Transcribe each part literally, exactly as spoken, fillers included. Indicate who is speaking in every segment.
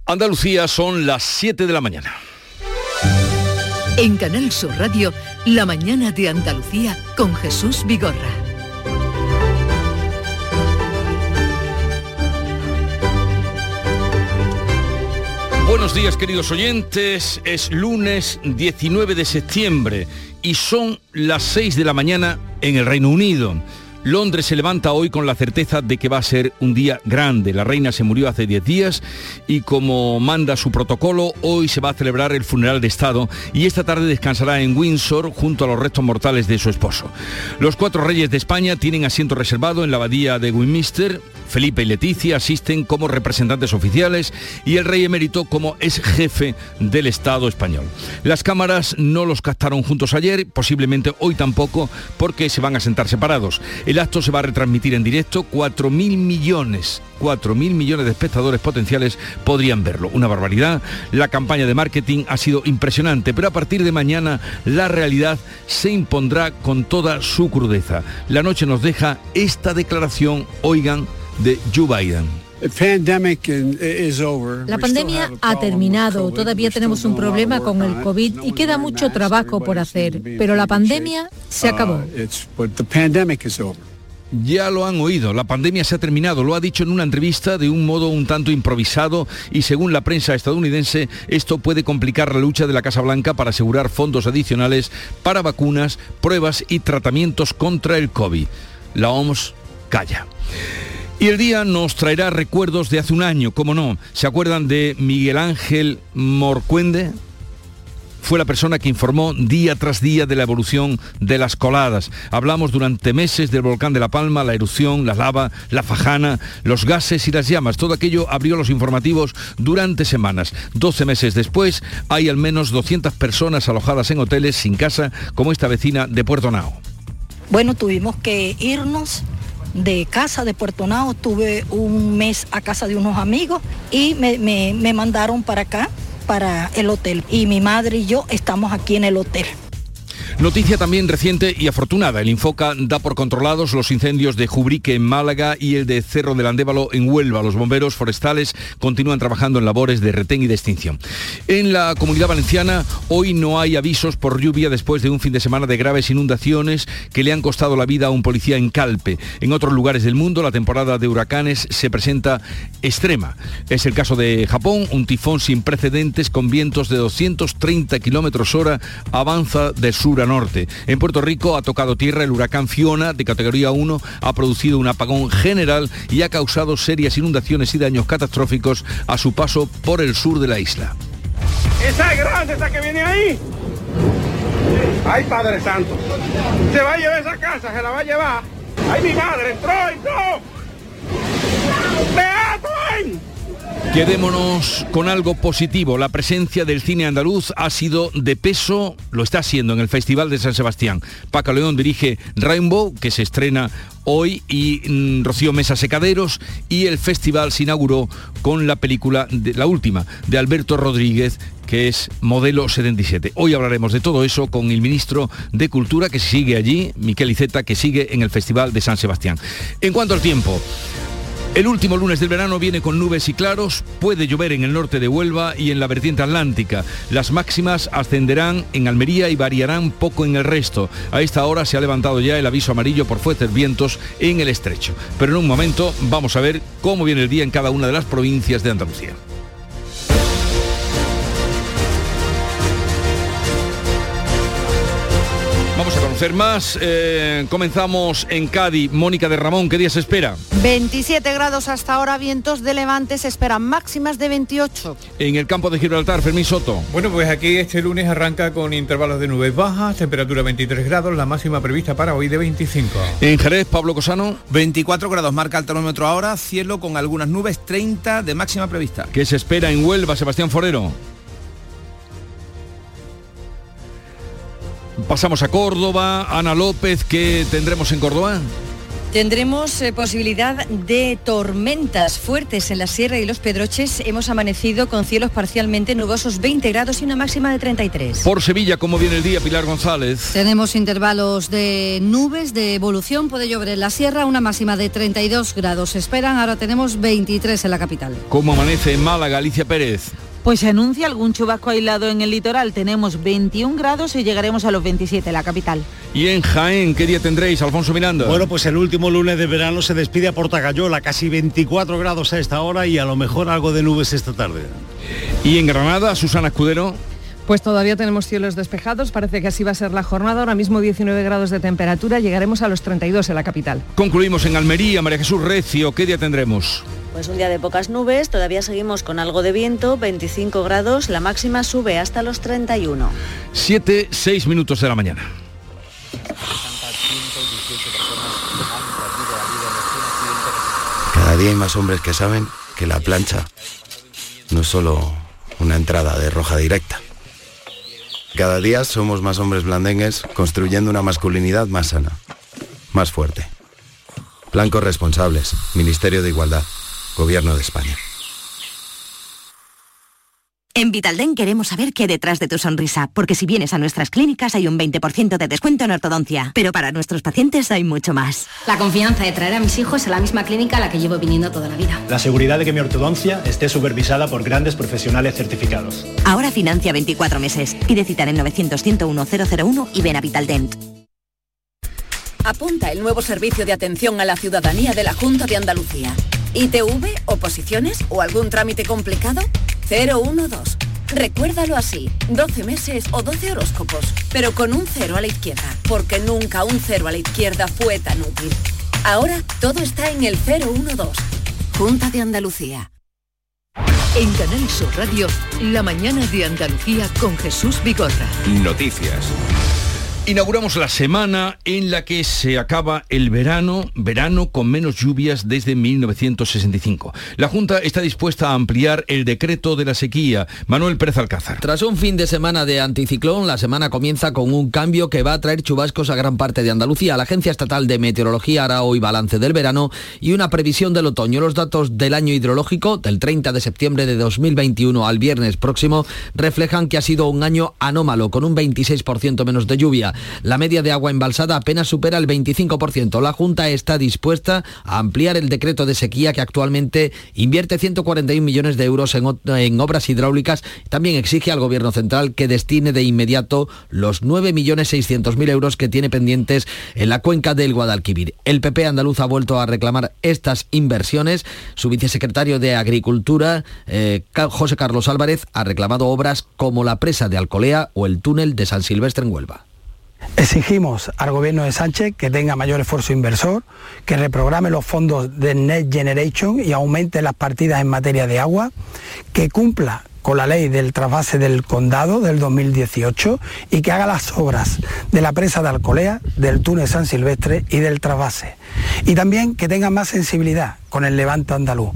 Speaker 1: Andalucía, son las siete de la mañana.
Speaker 2: En Canal Sur Radio, La mañana de Andalucía con Jesús Vigorra.
Speaker 1: Buenos días, queridos oyentes. Es lunes diecinueve de septiembre y son las seis de la mañana en el Reino Unido. Londres se levanta hoy con la certeza de que va a ser un día grande. La reina se murió hace diez días y, como manda su protocolo, hoy se va a celebrar el funeral de Estado y esta tarde descansará en Windsor junto a los restos mortales de su esposo. Los cuatro reyes de España tienen asiento reservado en la abadía de Westminster. Felipe y Leticia asisten como representantes oficiales y el rey emérito como ex jefe del Estado español. Las cámaras no los captaron juntos ayer, posiblemente hoy tampoco, porque se van a sentar separados. El acto se va a retransmitir en directo, cuatro mil millones, cuatro mil millones de espectadores potenciales podrían verlo. Una barbaridad. La campaña de marketing ha sido impresionante, pero a partir de mañana la realidad se impondrá con toda su crudeza. La noche nos deja esta declaración, oigan, de Joe Biden.
Speaker 3: La pandemia ha terminado, todavía tenemos un problema con el COVID y queda mucho trabajo por hacer, pero la pandemia se acabó.
Speaker 1: Ya lo han oído, la pandemia se ha terminado, lo ha dicho en una entrevista de un modo un tanto improvisado y según la prensa estadounidense esto puede complicar la lucha de la Casa Blanca para asegurar fondos adicionales para vacunas, pruebas y tratamientos contra el COVID. La O M S calla. Y el día nos traerá recuerdos de hace un año, cómo no. ¿Se acuerdan de Miguel Ángel Morcuende? Fue la persona que informó día tras día de la evolución de las coladas. Hablamos durante meses del volcán de La Palma, la erupción, la lava, la fajana, los gases y las llamas. Todo aquello abrió los informativos durante semanas. doce meses después, hay al menos doscientas personas alojadas en hoteles sin casa, como esta vecina de Puerto Nao.
Speaker 4: Bueno, tuvimos que irnos de casa de Puerto Nao, tuve un mes a casa de unos amigos y me, me, me mandaron para acá, para el hotel. Y mi madre y yo estamos aquí en el hotel.
Speaker 1: Noticia también reciente y afortunada. El Infoca da por controlados los incendios de Jubrique en Málaga y el de Cerro del Andévalo en Huelva. Los bomberos forestales continúan trabajando en labores de retén y de extinción. En la Comunidad Valenciana hoy no hay avisos por lluvia después de un fin de semana de graves inundaciones que le han costado la vida a un policía en Calpe. En otros lugares del mundo la temporada de huracanes se presenta extrema. Es el caso de Japón, un tifón sin precedentes con vientos de doscientos treinta kilómetros hora avanza de sur a norte. En Puerto Rico ha tocado tierra el huracán Fiona de categoría uno, ha producido un apagón general y ha causado serias inundaciones y daños catastróficos a su paso por el sur de la isla.
Speaker 5: ¡Esa es grande, esa que viene ahí! ¡Ay, Padre Santo! Se va a llevar esa casa, se la va a llevar. ¡Ay, mi madre! ¡Entró, entró! ¡Beato!
Speaker 1: Quedémonos con algo positivo. La presencia del cine andaluz ha sido de peso, lo está haciendo en el Festival de San Sebastián. Paco León dirige Rainbow, que se estrena hoy, y mm, Rocío Mesa Secaderos, y el festival se inauguró con la película, de, la última, de Alberto Rodríguez, que es Modelo setenta y siete. Hoy hablaremos de todo eso con el ministro de Cultura, que sigue allí, Miquel Iceta, que sigue en el Festival de San Sebastián. En cuanto al tiempo, el último lunes del verano viene con nubes y claros, puede llover en el norte de Huelva y en la vertiente atlántica. Las máximas ascenderán en Almería y variarán poco en el resto. A esta hora se ha levantado ya el aviso amarillo por fuertes vientos en el estrecho. Pero en un momento vamos a ver cómo viene el día en cada una de las provincias de Andalucía. Vamos a conocer más. Eh, comenzamos en Cádiz. Mónica de Ramón, ¿qué día se espera?
Speaker 6: veintisiete grados hasta ahora, vientos de levante, se esperan máximas de veintiocho.
Speaker 1: En el campo de Gibraltar, Fermín Soto.
Speaker 7: Bueno, pues aquí este lunes arranca con intervalos de nubes bajas, temperatura veintitrés grados, la máxima prevista para hoy de veinticinco.
Speaker 1: En Jerez, Pablo Cosano.
Speaker 8: veinticuatro grados marca el termómetro ahora, cielo con algunas nubes, treinta de máxima prevista.
Speaker 1: ¿Qué se espera en Huelva, Sebastián Forero? Pasamos a Córdoba. Ana López, ¿qué tendremos en Córdoba?
Speaker 9: Tendremos eh, posibilidad de tormentas fuertes en la Sierra y los Pedroches. Hemos amanecido con cielos parcialmente nubosos, veinte grados y una máxima de treinta y tres.
Speaker 1: Por Sevilla, ¿cómo viene el día, Pilar González?
Speaker 10: Tenemos intervalos de nubes, de evolución, puede llover en la Sierra, una máxima de treinta y dos grados se esperan, ahora tenemos veintitrés en la capital.
Speaker 1: ¿Cómo amanece en Málaga, Alicia Pérez?
Speaker 11: Pues se anuncia algún chubasco aislado en el litoral. Tenemos veintiún grados y llegaremos a los veintisiete en la capital.
Speaker 1: ¿Y en Jaén qué día tendréis, Alfonso Miranda?
Speaker 12: Bueno, pues el último lunes de verano se despide a Portagayola, casi veinticuatro grados a esta hora y a lo mejor algo de nubes esta tarde.
Speaker 1: ¿Y en Granada, Susana Escudero?
Speaker 13: Pues todavía tenemos cielos despejados, parece que así va a ser la jornada, ahora mismo diecinueve grados de temperatura, llegaremos a los treinta y dos en la capital.
Speaker 1: Concluimos en Almería, María Jesús Recio, ¿qué día tendremos?
Speaker 14: Pues un día de pocas nubes, todavía seguimos con algo de viento, veinticinco grados, la máxima sube hasta los treinta y uno.
Speaker 1: siete, seis minutos de la mañana.
Speaker 15: Cada día hay más hombres que saben que la plancha no es solo una entrada de roja directa. Cada día somos más hombres blandengues construyendo una masculinidad más sana, más fuerte. Blancos responsables, Ministerio de Igualdad, Gobierno de España.
Speaker 16: En Vitaldent queremos saber qué hay detrás de tu sonrisa, porque si vienes a nuestras clínicas hay un veinte por ciento de descuento en ortodoncia, pero para nuestros pacientes hay mucho más.
Speaker 17: La confianza de traer a mis hijos a la misma clínica a la que llevo viniendo toda la vida.
Speaker 18: La seguridad de que mi ortodoncia esté supervisada por grandes profesionales certificados.
Speaker 16: Ahora financia veinticuatro meses. Pide cita en el novecientos, ciento uno, cero cero uno y ven a Vitaldent.
Speaker 19: Apunta el nuevo servicio de atención a la ciudadanía de la Junta de Andalucía. ¿I T V, oposiciones o algún trámite complicado? cero uno dos. Recuérdalo así, doce meses o doce horóscopos, pero con un cero a la izquierda, porque nunca un cero a la izquierda fue tan útil. Ahora todo está en el cero uno dos. Junta de Andalucía.
Speaker 2: En Canal Sur Radio, la mañana de Andalucía con Jesús Vigorra.
Speaker 1: Noticias. Inauguramos la semana en la que se acaba el verano, verano con menos lluvias desde mil novecientos sesenta y cinco. La Junta está dispuesta a ampliar el decreto de la sequía. Manuel Pérez Alcázar.
Speaker 20: Tras un fin de semana de anticiclón, la semana comienza con un cambio que va a traer chubascos a gran parte de Andalucía. La Agencia Estatal de Meteorología hará hoy balance del verano y una previsión del otoño. Los datos del año hidrológico, del treinta de septiembre de dos mil veintiuno al viernes próximo, reflejan que ha sido un año anómalo, con un veintiséis por ciento menos de lluvia. La media de agua embalsada apenas supera el veinticinco por ciento. La Junta está dispuesta a ampliar el decreto de sequía, que actualmente invierte ciento cuarenta y un millones de euros en, en obras hidráulicas. También exige al Gobierno central que destine de inmediato los nueve millones seiscientos mil euros que tiene pendientes en la cuenca del Guadalquivir. El P P andaluz ha vuelto a reclamar estas inversiones. Su vicesecretario de Agricultura, eh, José Carlos Álvarez, ha reclamado obras como la presa de Alcolea o el túnel de San Silvestre en Huelva.
Speaker 21: Exigimos al gobierno de Sánchez que tenga mayor esfuerzo inversor, que reprograme los fondos de Next Generation y aumente las partidas en materia de agua, que cumpla con la ley del trasvase del condado del dos mil dieciocho y que haga las obras de la presa de Alcolea, del túnel San Silvestre y del trasvase. Y también que tenga más sensibilidad con el levante andaluz.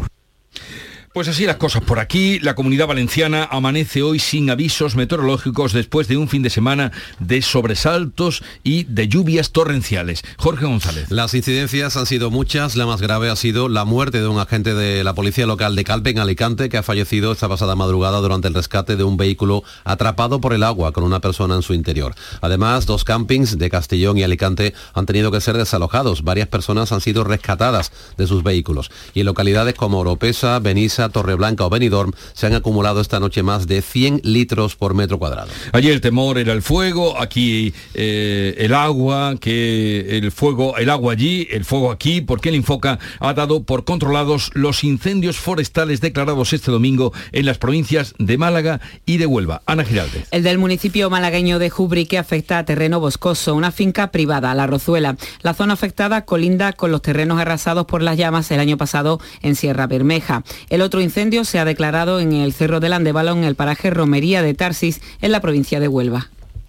Speaker 1: Pues así las cosas por aquí. La Comunidad Valenciana amanece hoy sin avisos meteorológicos después de un fin de semana de sobresaltos y de lluvias torrenciales. Jorge González.
Speaker 22: Las incidencias han sido muchas. La más grave ha sido la muerte de un agente de la Policía Local de Calpe, en Alicante, que ha fallecido esta pasada madrugada durante el rescate de un vehículo atrapado por el agua con una persona en su interior. Además, dos campings de Castellón y Alicante han tenido que ser desalojados. Varias personas han sido rescatadas de sus vehículos. Y en localidades como Oropesa, Benissa, Torreblanca o Benidorm se han acumulado esta noche más de cien litros por metro cuadrado.
Speaker 1: Allí el temor era el fuego, aquí eh, el agua, que el fuego, el agua allí, el fuego aquí, porque el Infoca ha dado por controlados los incendios forestales declarados este domingo en las provincias de Málaga y de Huelva. Ana Giraldez.
Speaker 23: El del municipio malagueño de Jubrique afecta a terreno boscoso, una finca privada, La Rozuela. La zona afectada colinda con los terrenos arrasados por las llamas el año pasado en Sierra Bermeja. El otro incendio se ha declarado en el Cerro del Andévalo, en el paraje Romería de Tarsis, en la provincia de Huelva.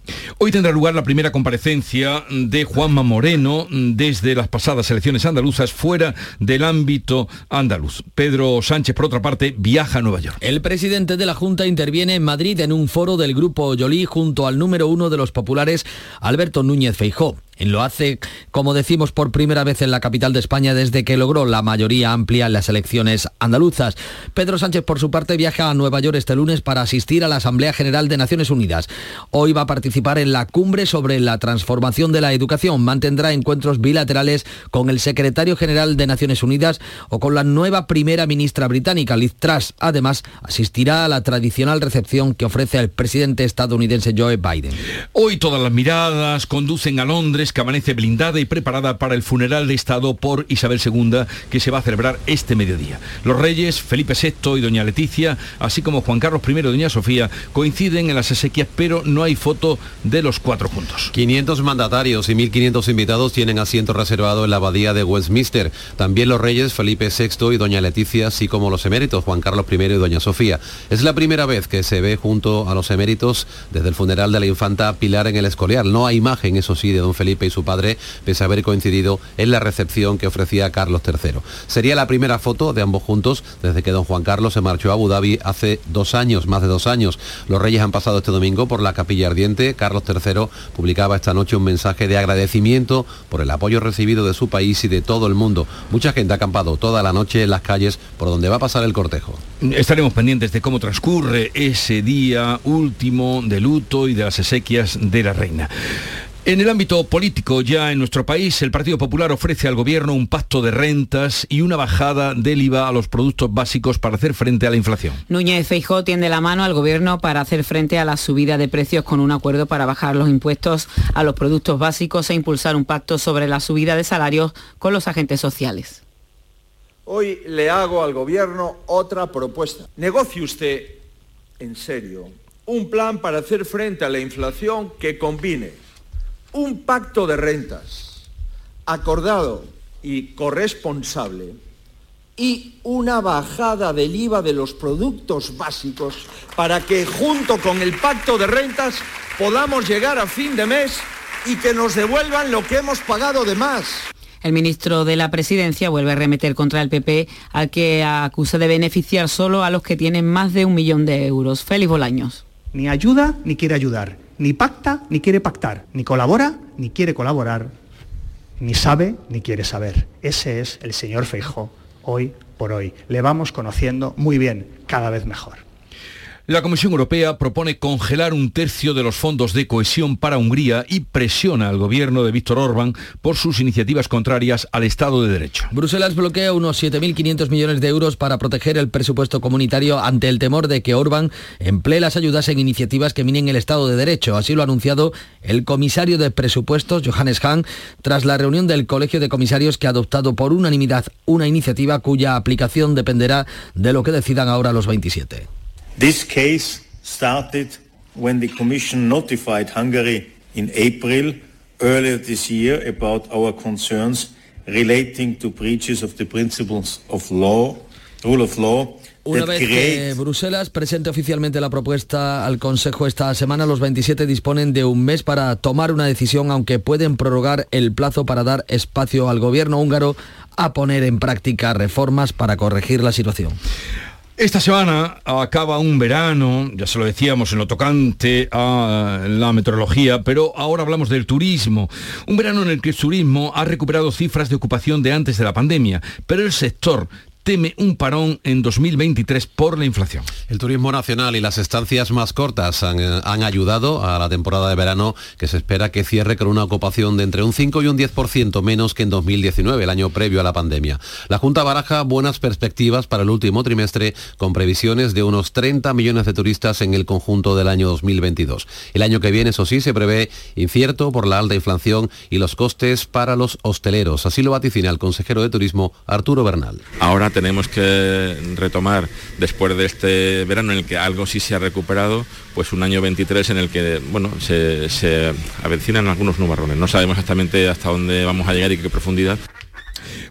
Speaker 1: Hoy tendrá lugar la primera comparecencia de Juanma Moreno desde las pasadas elecciones andaluzas fuera del ámbito andaluz. Pedro Sánchez, por otra parte, viaja a Nueva York.
Speaker 20: El presidente de la Junta interviene en Madrid en un foro del Grupo Yolí junto al número uno de los populares, Alberto Núñez Feijóo. Lo hace, como decimos, por primera vez en la capital de España desde que logró la mayoría amplia en las elecciones andaluzas. Pedro Sánchez, por su parte, viaja a Nueva York este lunes para asistir a la Asamblea General de Naciones Unidas. Hoy va a participar en la cumbre sobre la transformación de la educación. Mantendrá encuentros bilaterales con el secretario general de Naciones Unidas o con la nueva primera ministra británica, Liz Truss. Además, asistirá a la tradicional recepción que ofrece el presidente estadounidense Joe Biden.
Speaker 1: Hoy todas las miradas conducen a Londres, que amanece blindada y preparada para el funeral de Estado por Isabel segunda, que se va a celebrar este mediodía. Los reyes Felipe sexto y doña Leticia, así como Juan Carlos primero y doña Sofía, coinciden en las exequias, pero no hay foto de los cuatro juntos.
Speaker 22: quinientos mandatarios y mil quinientos invitados tienen asiento reservado en la abadía de Westminster. También los reyes Felipe sexto y doña Leticia, así como los eméritos Juan Carlos primero y doña Sofía. Es la primera vez que se ve junto a los eméritos desde el funeral de la infanta Pilar en el Escorial. No hay imagen, eso sí, de don Felipe y su padre, pese a haber coincidido en la recepción que ofrecía Carlos tercero. Sería la primera foto de ambos juntos desde que don Juan Carlos se marchó a Abu Dhabi hace dos años, más de dos años. Los reyes han pasado este domingo por la Capilla Ardiente. Carlos tercero publicaba esta noche un mensaje de agradecimiento por el apoyo recibido de su país y de todo el mundo. Mucha gente ha acampado toda la noche en las calles por donde va a pasar el cortejo.
Speaker 1: Estaremos pendientes de cómo transcurre ese día último de luto y de las exequias de la reina. En el ámbito político, ya en nuestro país, el Partido Popular ofrece al Gobierno un pacto de rentas y una bajada del I V A a los productos básicos para hacer frente a la inflación.
Speaker 23: Núñez Feijóo tiende la mano al Gobierno para hacer frente a la subida de precios con un acuerdo para bajar los impuestos a los productos básicos e impulsar un pacto sobre la subida de salarios con los agentes sociales.
Speaker 3: Hoy le hago al Gobierno otra propuesta. Negocie usted, en serio, un plan para hacer frente a la inflación que combine un pacto de rentas acordado y corresponsable y una bajada del I V A de los productos básicos para que junto con el pacto de rentas podamos llegar a fin de mes y que nos devuelvan lo que hemos pagado de más.
Speaker 23: El ministro de la Presidencia vuelve a remeter contra el P P, al que acusa de beneficiar solo a los que tienen más de un millón de euros. Félix Bolaños.
Speaker 4: Ni ayuda ni quiere ayudar. Ni pacta, ni quiere pactar, ni colabora, ni quiere colaborar, ni sabe, ni quiere saber. Ese es el señor Feijóo, hoy por hoy. Le vamos conociendo muy bien, cada vez mejor.
Speaker 1: La Comisión Europea propone congelar un tercio de los fondos de cohesión para Hungría y presiona al gobierno de Víctor Orbán por sus iniciativas contrarias al Estado de Derecho.
Speaker 20: Bruselas bloquea unos siete mil quinientos millones de euros para proteger el presupuesto comunitario ante el temor de que Orbán emplee las ayudas en iniciativas que minen el Estado de Derecho. Así lo ha anunciado el comisario de presupuestos, Johannes Hahn, tras la reunión del Colegio de Comisarios, que ha adoptado por unanimidad una iniciativa cuya aplicación dependerá de lo que decidan ahora los veintisiete.
Speaker 5: This case started when the Commission notified Hungary in April earlier this year about our concerns relating to breaches of the principles of law, rule of law.
Speaker 20: Una vez que Bruselas presente oficialmente la propuesta al Consejo esta semana, los veintisiete disponen de un mes para tomar una decisión, aunque pueden prorrogar el plazo para dar espacio al gobierno húngaro a poner en práctica reformas para corregir la situación.
Speaker 1: Esta semana acaba un verano, ya se lo decíamos, en lo tocante a la meteorología, pero ahora hablamos del turismo. Un verano en el que el turismo ha recuperado cifras de ocupación de antes de la pandemia, pero el sector teme un parón en dos mil veintitrés por la inflación.
Speaker 22: El turismo nacional y las estancias más cortas han, han ayudado a la temporada de verano, que se espera que cierre con una ocupación de entre un cinco y un diez por ciento menos que en dos mil diecinueve, el año previo a la pandemia. La Junta baraja buenas perspectivas para el último trimestre, con previsiones de unos treinta millones de turistas en el conjunto del año dos mil veintidós. El año que viene, eso sí, se prevé incierto por la alta inflación y los costes para los hosteleros. Así lo vaticina el consejero de Turismo, Arturo Bernal.
Speaker 24: Ahora tenemos que retomar, después de este verano en el que algo sí se ha recuperado, pues un año veintitrés en el que, bueno, se, se avecinan algunos nubarrones. No sabemos exactamente hasta dónde vamos a llegar y qué profundidad.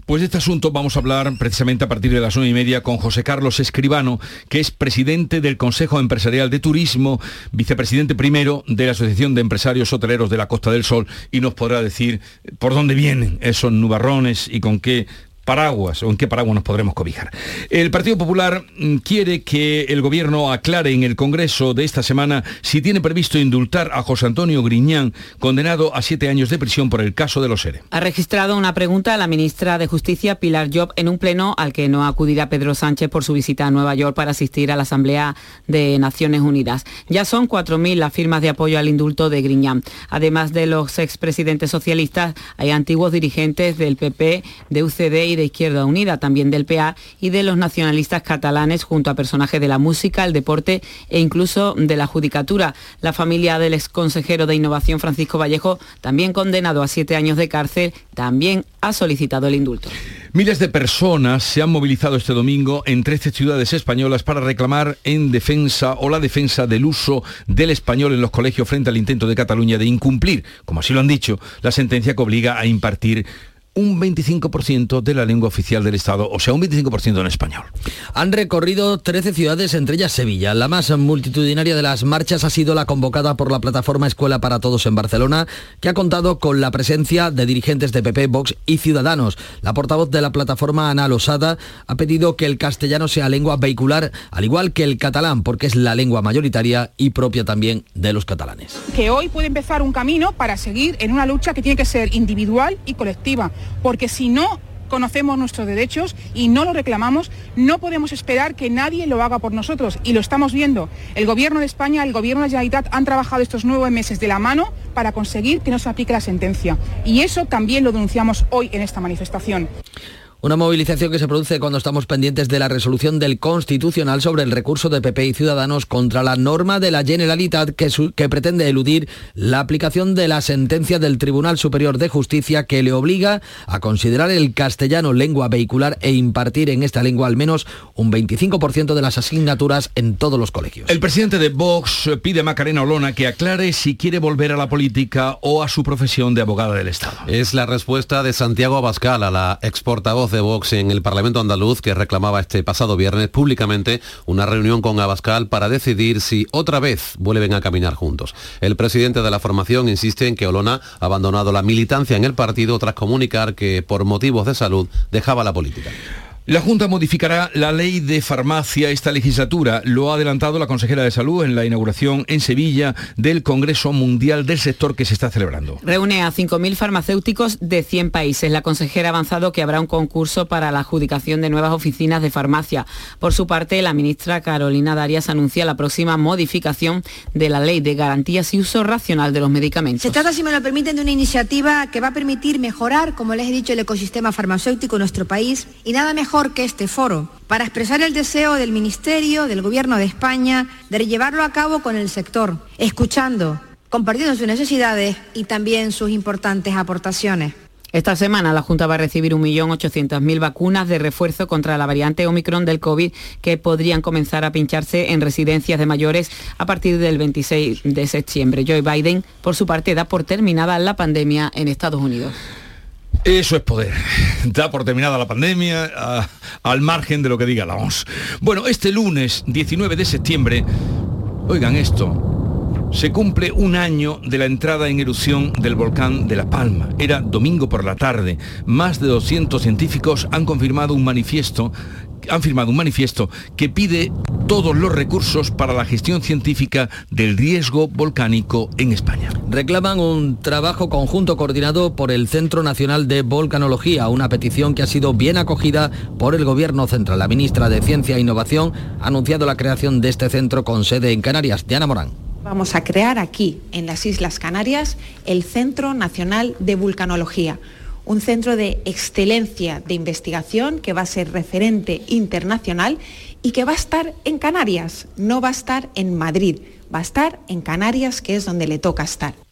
Speaker 1: Pues de este asunto vamos a hablar precisamente a partir de las nueve y media con José Carlos Escribano, que es presidente del Consejo Empresarial de Turismo, vicepresidente primero de la Asociación de Empresarios Hoteleros de la Costa del Sol, y nos podrá decir por dónde vienen esos nubarrones y con qué paraguas o en qué paraguas nos podremos cobijar. El Partido Popular quiere que el Gobierno aclare en el Congreso de esta semana si tiene previsto indultar a José Antonio Griñán, condenado a siete años de prisión por el caso de los ERE.
Speaker 23: Ha registrado una pregunta a la ministra de Justicia, Pilar Llop, en un pleno al que no acudirá Pedro Sánchez por su visita a Nueva York para asistir a la Asamblea de Naciones Unidas. Ya son cuatro mil las firmas de apoyo al indulto de Griñán. Además de los expresidentes socialistas, hay antiguos dirigentes del P P, de U C D y de Izquierda Unida, también del P A y de los nacionalistas catalanes, junto a personajes de la música, el deporte e incluso de la judicatura. La familia del exconsejero de Innovación, Francisco Vallejo, también condenado a siete años de cárcel, también ha solicitado el indulto.
Speaker 1: Miles de personas se han movilizado este domingo en trece ciudades españolas para reclamar en defensa o la defensa del uso del español en los colegios frente al intento de Cataluña de incumplir, como así lo han dicho, la sentencia que obliga a impartir un veinticinco por ciento de la lengua oficial del Estado, o sea, un veinticinco por ciento en español.
Speaker 20: Han recorrido trece ciudades, entre ellas Sevilla. La más multitudinaria de las marchas ha sido la convocada por la plataforma Escuela para Todos en Barcelona, que ha contado con la presencia de dirigentes de P P, Vox y Ciudadanos. La portavoz de la plataforma, Ana Losada, ha pedido que el castellano sea lengua vehicular, al igual que el catalán, porque es la lengua mayoritaria y propia también de los catalanes.
Speaker 6: Que hoy puede empezar un camino para seguir en una lucha que tiene que ser individual y colectiva, porque si no conocemos nuestros derechos y no los reclamamos, no podemos esperar que nadie lo haga por nosotros, y lo estamos viendo. El Gobierno de España, el Gobierno de la Generalitat han trabajado estos nueve meses de la mano para conseguir que no se aplique la sentencia, y eso también lo denunciamos hoy en esta manifestación.
Speaker 20: Una movilización que se produce cuando estamos pendientes de la resolución del Constitucional sobre el recurso de P P y Ciudadanos contra la norma de la Generalitat que, su, que pretende eludir la aplicación de la sentencia del Tribunal Superior de Justicia que le obliga a considerar el castellano lengua vehicular e impartir en esta lengua al menos un veinticinco por ciento de las asignaturas en todos los colegios.
Speaker 1: El presidente de Vox pide a Macarena Olona que aclare si quiere volver a la política o a su profesión de abogada del Estado.
Speaker 22: Es la respuesta de Santiago Abascal a la exportavoz de Vox en el Parlamento andaluz, que reclamaba este pasado viernes públicamente una reunión con Abascal para decidir si otra vez vuelven a caminar juntos. El presidente de la formación insiste en que Olona ha abandonado la militancia en el partido tras comunicar que por motivos de salud dejaba la política.
Speaker 1: La Junta modificará la ley de farmacia esta legislatura. Lo ha adelantado la consejera de Salud en la inauguración en Sevilla del Congreso Mundial del Sector que se está celebrando.
Speaker 23: Reúne a cinco mil farmacéuticos de cien países. La consejera ha avanzado que habrá un concurso para la adjudicación de nuevas oficinas de farmacia. Por su parte, la ministra Carolina Darias anuncia la próxima modificación de la Ley de Garantías y Uso Racional de los Medicamentos.
Speaker 7: Se trata, si me lo permiten, de una iniciativa que va a permitir mejorar, como les he dicho, el ecosistema farmacéutico en nuestro país, y nada mejor que este foro para expresar el deseo del Ministerio, del Gobierno de España, de llevarlo a cabo con el sector, escuchando, compartiendo sus necesidades y también sus importantes aportaciones.
Speaker 23: Esta semana la Junta va a recibir un millón ochocientas mil vacunas de refuerzo contra la variante Omicron del COVID que podrían comenzar a pincharse en residencias de mayores a partir del veintiséis de septiembre. Joe Biden, por su parte, da por terminada la pandemia en Estados Unidos.
Speaker 1: Eso es poder. Da por terminada la pandemia, a, al margen de lo que diga la O M S. Bueno, este lunes diecinueve de septiembre, oigan esto, se cumple un año de la entrada en erupción del volcán de La Palma. Era domingo por la tarde. Más de doscientos científicos han confirmado un manifiesto han firmado un manifiesto que pide todos los recursos para la gestión científica del riesgo volcánico en España.
Speaker 20: Reclaman un trabajo conjunto coordinado por el Centro Nacional de Volcanología, una petición que ha sido bien acogida por el Gobierno central. La ministra de Ciencia e Innovación ha anunciado la creación de este centro con sede en Canarias. Diana Morán.
Speaker 8: Vamos a crear aquí, en las Islas Canarias, el Centro Nacional de Vulcanología. Un centro de excelencia de investigación que va a ser referente internacional y que va a estar en Canarias, no va a estar en Madrid, va a estar en Canarias, que es donde le toca estar.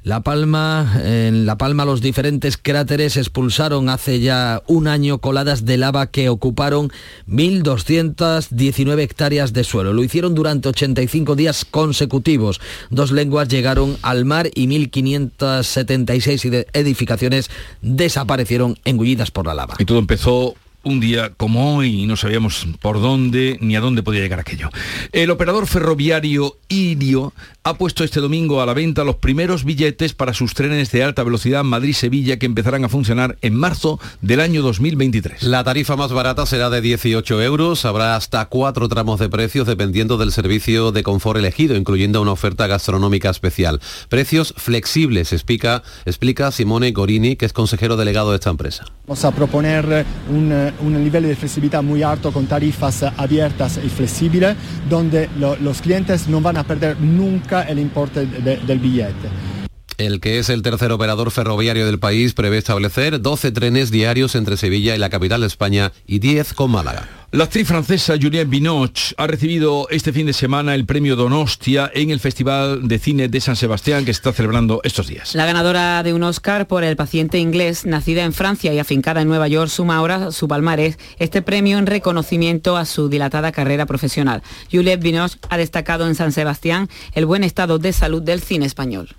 Speaker 20: La Palma, en La Palma los diferentes cráteres expulsaron hace ya un año coladas de lava que ocuparon mil doscientas diecinueve hectáreas de suelo. Lo hicieron durante ochenta y cinco días consecutivos. Dos lenguas llegaron al mar y mil quinientas setenta y seis edificaciones desaparecieron engullidas por la lava.
Speaker 1: Y todo empezó un día como hoy y no sabíamos por dónde ni a dónde podía llegar aquello. El operador ferroviario Irio ha puesto este domingo a la venta los primeros billetes para sus trenes de alta velocidad Madrid-Sevilla que empezarán a funcionar en marzo del año dos mil veintitrés.
Speaker 22: La tarifa más barata será de dieciocho euros, habrá hasta cuatro tramos de precios dependiendo del servicio de confort elegido, incluyendo una oferta gastronómica especial. Precios flexibles, explica, explica Simone Gorini, que es consejero delegado de esta empresa.
Speaker 9: Vamos a proponer un un nivel de flexibilidad muy alto con tarifas abiertas y flexibles, donde lo, los clientes no van a perder nunca el importe de, del billete.
Speaker 22: El que es el tercer operador ferroviario del país prevé establecer doce trenes diarios entre Sevilla y la capital de España y diez con Málaga.
Speaker 1: La actriz francesa Juliette Binoche ha recibido este fin de semana el premio Donostia en el Festival de Cine de San Sebastián que se está celebrando estos días.
Speaker 23: La ganadora de un Oscar por El paciente inglés, nacida en Francia y afincada en Nueva York, suma ahora su palmarés este premio en reconocimiento a su dilatada carrera profesional. Juliette Binoche ha destacado en San Sebastián el buen estado de salud del cine español.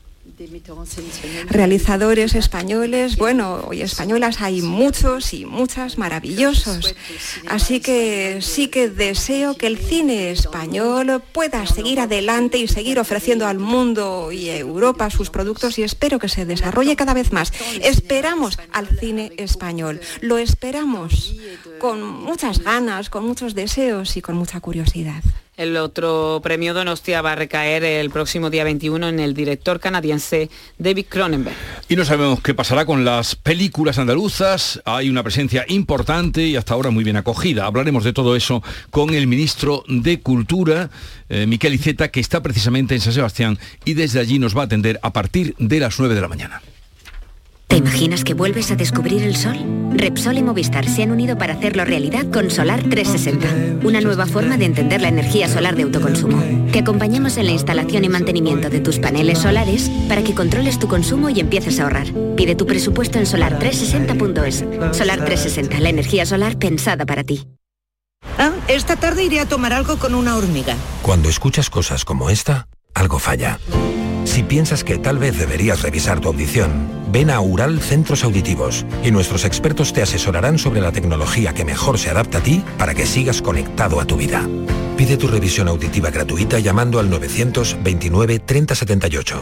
Speaker 10: Realizadores españoles, bueno, y españolas hay muchos y muchas maravillosos. Así que sí que deseo que el cine español pueda seguir adelante y seguir ofreciendo al mundo y a Europa sus productos y espero que se desarrolle cada vez más. Esperamos al cine español, lo esperamos con muchas ganas, con muchos deseos y con mucha curiosidad.
Speaker 23: El otro premio Donostia va a recaer el próximo día veintiuno en el director canadiense David Cronenberg.
Speaker 1: Y no sabemos qué pasará con las películas andaluzas. Hay una presencia importante y hasta ahora muy bien acogida. Hablaremos de todo eso con el ministro de Cultura, eh, Miquel Iceta, que está precisamente en San Sebastián y desde allí nos va a atender a partir de las nueve de la mañana.
Speaker 11: ¿Te imaginas que vuelves a descubrir el sol? Repsol y Movistar se han unido para hacerlo realidad con Solar trescientos sesenta, una nueva forma de entender la energía solar de autoconsumo. Te acompañamos en la instalación y mantenimiento de tus paneles solares para que controles tu consumo y empieces a ahorrar. Pide tu presupuesto en solar trescientos sesenta punto es. Solar trescientos sesenta, la energía solar pensada para ti.
Speaker 12: Ah, esta tarde iré a tomar algo con una hormiga.
Speaker 25: Cuando escuchas cosas como esta, algo falla. Si piensas que tal vez deberías revisar tu audición, ven a Ural Centros Auditivos y nuestros expertos te asesorarán sobre la tecnología que mejor se adapta a ti para que sigas conectado a tu vida. Pide tu revisión auditiva gratuita llamando al novecientos veintinueve treinta setenta y ocho.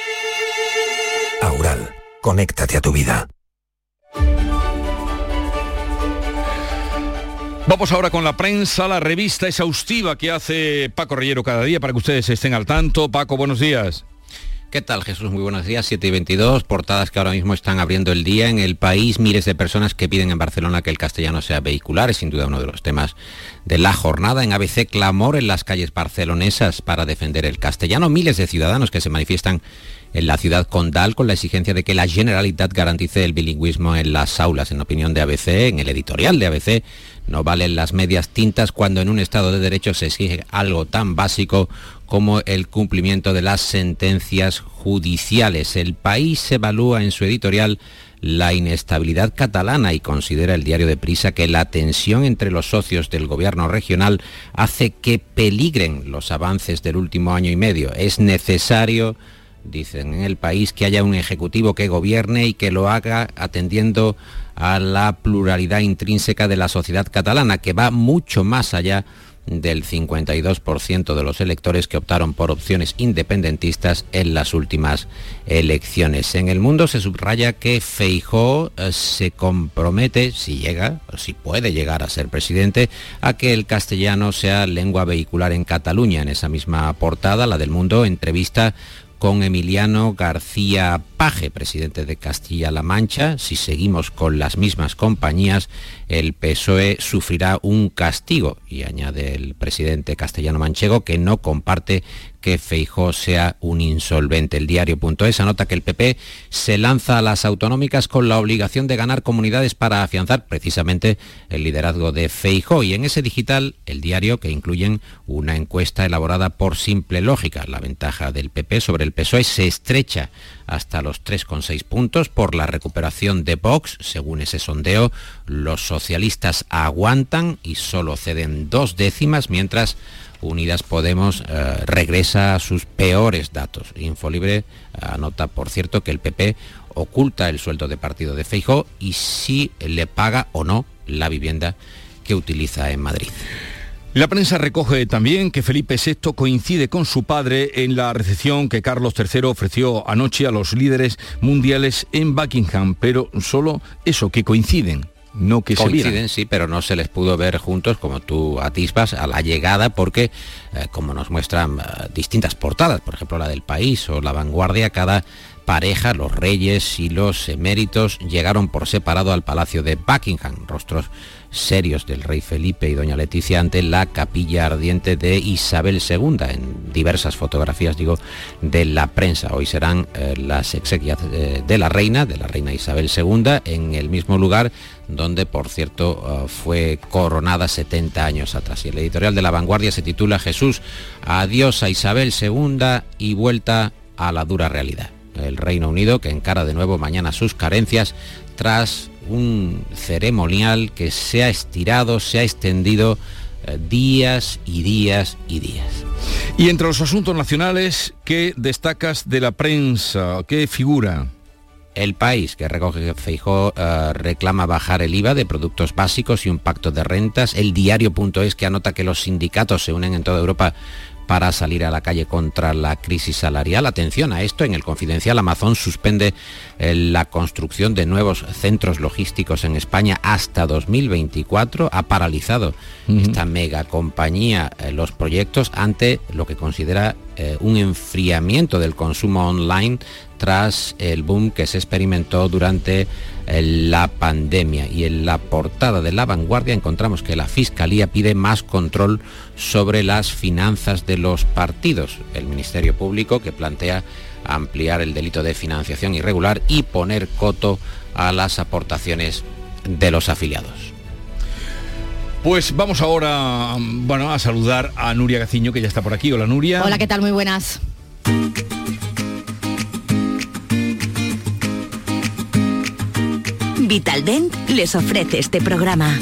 Speaker 25: Aural, conéctate a tu vida.
Speaker 1: Vamos ahora con la prensa, la revista exhaustiva que hace Paco Reyero cada día para que ustedes estén al tanto. Paco, buenos días.
Speaker 26: ¿Qué tal, Jesús? Muy buenos días, siete y veintidós, portadas que ahora mismo están abriendo el día. En El País, miles de personas que piden en Barcelona que el castellano sea vehicular, es sin duda uno de los temas de la jornada. En A B C, clamor en las calles barcelonesas para defender el castellano. Miles de ciudadanos que se manifiestan en la ciudad condal con la exigencia de que la Generalitat garantice el bilingüismo en las aulas. En opinión de A B C, en el editorial de A B C, no valen las medias tintas cuando en un Estado de Derecho se exige algo tan básico como el cumplimiento de las sentencias judiciales. El País evalúa en su editorial la inestabilidad catalana y considera el diario de Prisa que la tensión entre los socios del gobierno regional hace que peligren los avances del último año y medio. Es necesario, dicen en El País, que haya un ejecutivo que gobierne y que lo haga atendiendo a la pluralidad intrínseca de la sociedad catalana, que va mucho más allá del cincuenta y dos por ciento de los electores que optaron por opciones independentistas en las últimas elecciones. En El Mundo se subraya que Feijóo se compromete, si llega, o si puede llegar a ser presidente, a que el castellano sea lengua vehicular en Cataluña. En esa misma portada, la del Mundo, entrevista con Emiliano García Paje, presidente de Castilla-La Mancha. Si seguimos con las mismas compañías, el P S O E sufrirá un castigo, y añade el presidente castellano-manchego que no comparte que Feijóo sea un insolvente. El diario.es anota que el P P se lanza a las autonómicas con la obligación de ganar comunidades para afianzar precisamente el liderazgo de Feijóo. Y en ese digital, el diario, que incluyen una encuesta elaborada por Simple Lógica. La ventaja del P P sobre el P S O E se estrecha hasta los tres coma seis puntos por la recuperación de Vox. Según ese sondeo, los socialistas aguantan y solo ceden dos décimas, mientras Unidas Podemos eh, regresa a sus peores datos. Infolibre eh, anota, por cierto, que el P P oculta el sueldo de partido de Feijóo y si le paga o no la vivienda que utiliza en Madrid.
Speaker 1: La prensa recoge también que Felipe sexto coincide con su padre en la recepción que Carlos tercero ofreció anoche a los líderes mundiales en Buckingham, pero solo eso, que coinciden. No que se
Speaker 26: coinciden, sí, pero no se les pudo ver juntos, como tú atisbas, a la llegada, porque, eh, como nos muestran eh, distintas portadas, por ejemplo la del País o La Vanguardia, cada pareja, los reyes y los eméritos, llegaron por separado al Palacio de Buckingham, rostros serios del rey Felipe y doña Leticia ante la capilla ardiente de Isabel segunda, en diversas fotografías, digo, de la prensa. Hoy serán eh, las exequias eh, de la reina, de la reina Isabel segunda, en el mismo lugar donde, por cierto, uh, fue coronada setenta años atrás. Y el editorial de La Vanguardia se titula Jesús, adiós a Isabel segunda y vuelta a la dura realidad. El Reino Unido, que encara de nuevo mañana sus carencias tras un ceremonial que se ha estirado, se ha extendido eh, días y días y días.
Speaker 1: Y entre los asuntos nacionales, ¿qué destacas de la prensa? ¿Qué figura?
Speaker 26: El País, que recoge que Feijóo uh, reclama bajar el I V A de productos básicos y un pacto de rentas. El diario.es, que anota que los sindicatos se unen en toda Europa para salir a la calle contra la crisis salarial. Atención a esto, en el Confidencial, Amazon suspende eh, la construcción de nuevos centros logísticos en España hasta dos mil veinticuatro. Ha paralizado uh-huh. esta mega compañía eh, los proyectos ante lo que considera eh, un enfriamiento del consumo online tras el boom que se experimentó durante eh, la pandemia. Y en la portada de La Vanguardia encontramos que la Fiscalía pide más control sobre las finanzas de los partidos. El Ministerio Público, que plantea ampliar el delito de financiación irregular y poner coto a las aportaciones de los afiliados.
Speaker 1: Pues vamos ahora, bueno, a saludar a Nuria Gaciño, que ya está por aquí. Hola, Nuria.
Speaker 13: Hola, ¿qué tal? Muy buenas.
Speaker 14: Vitaldent les ofrece este programa.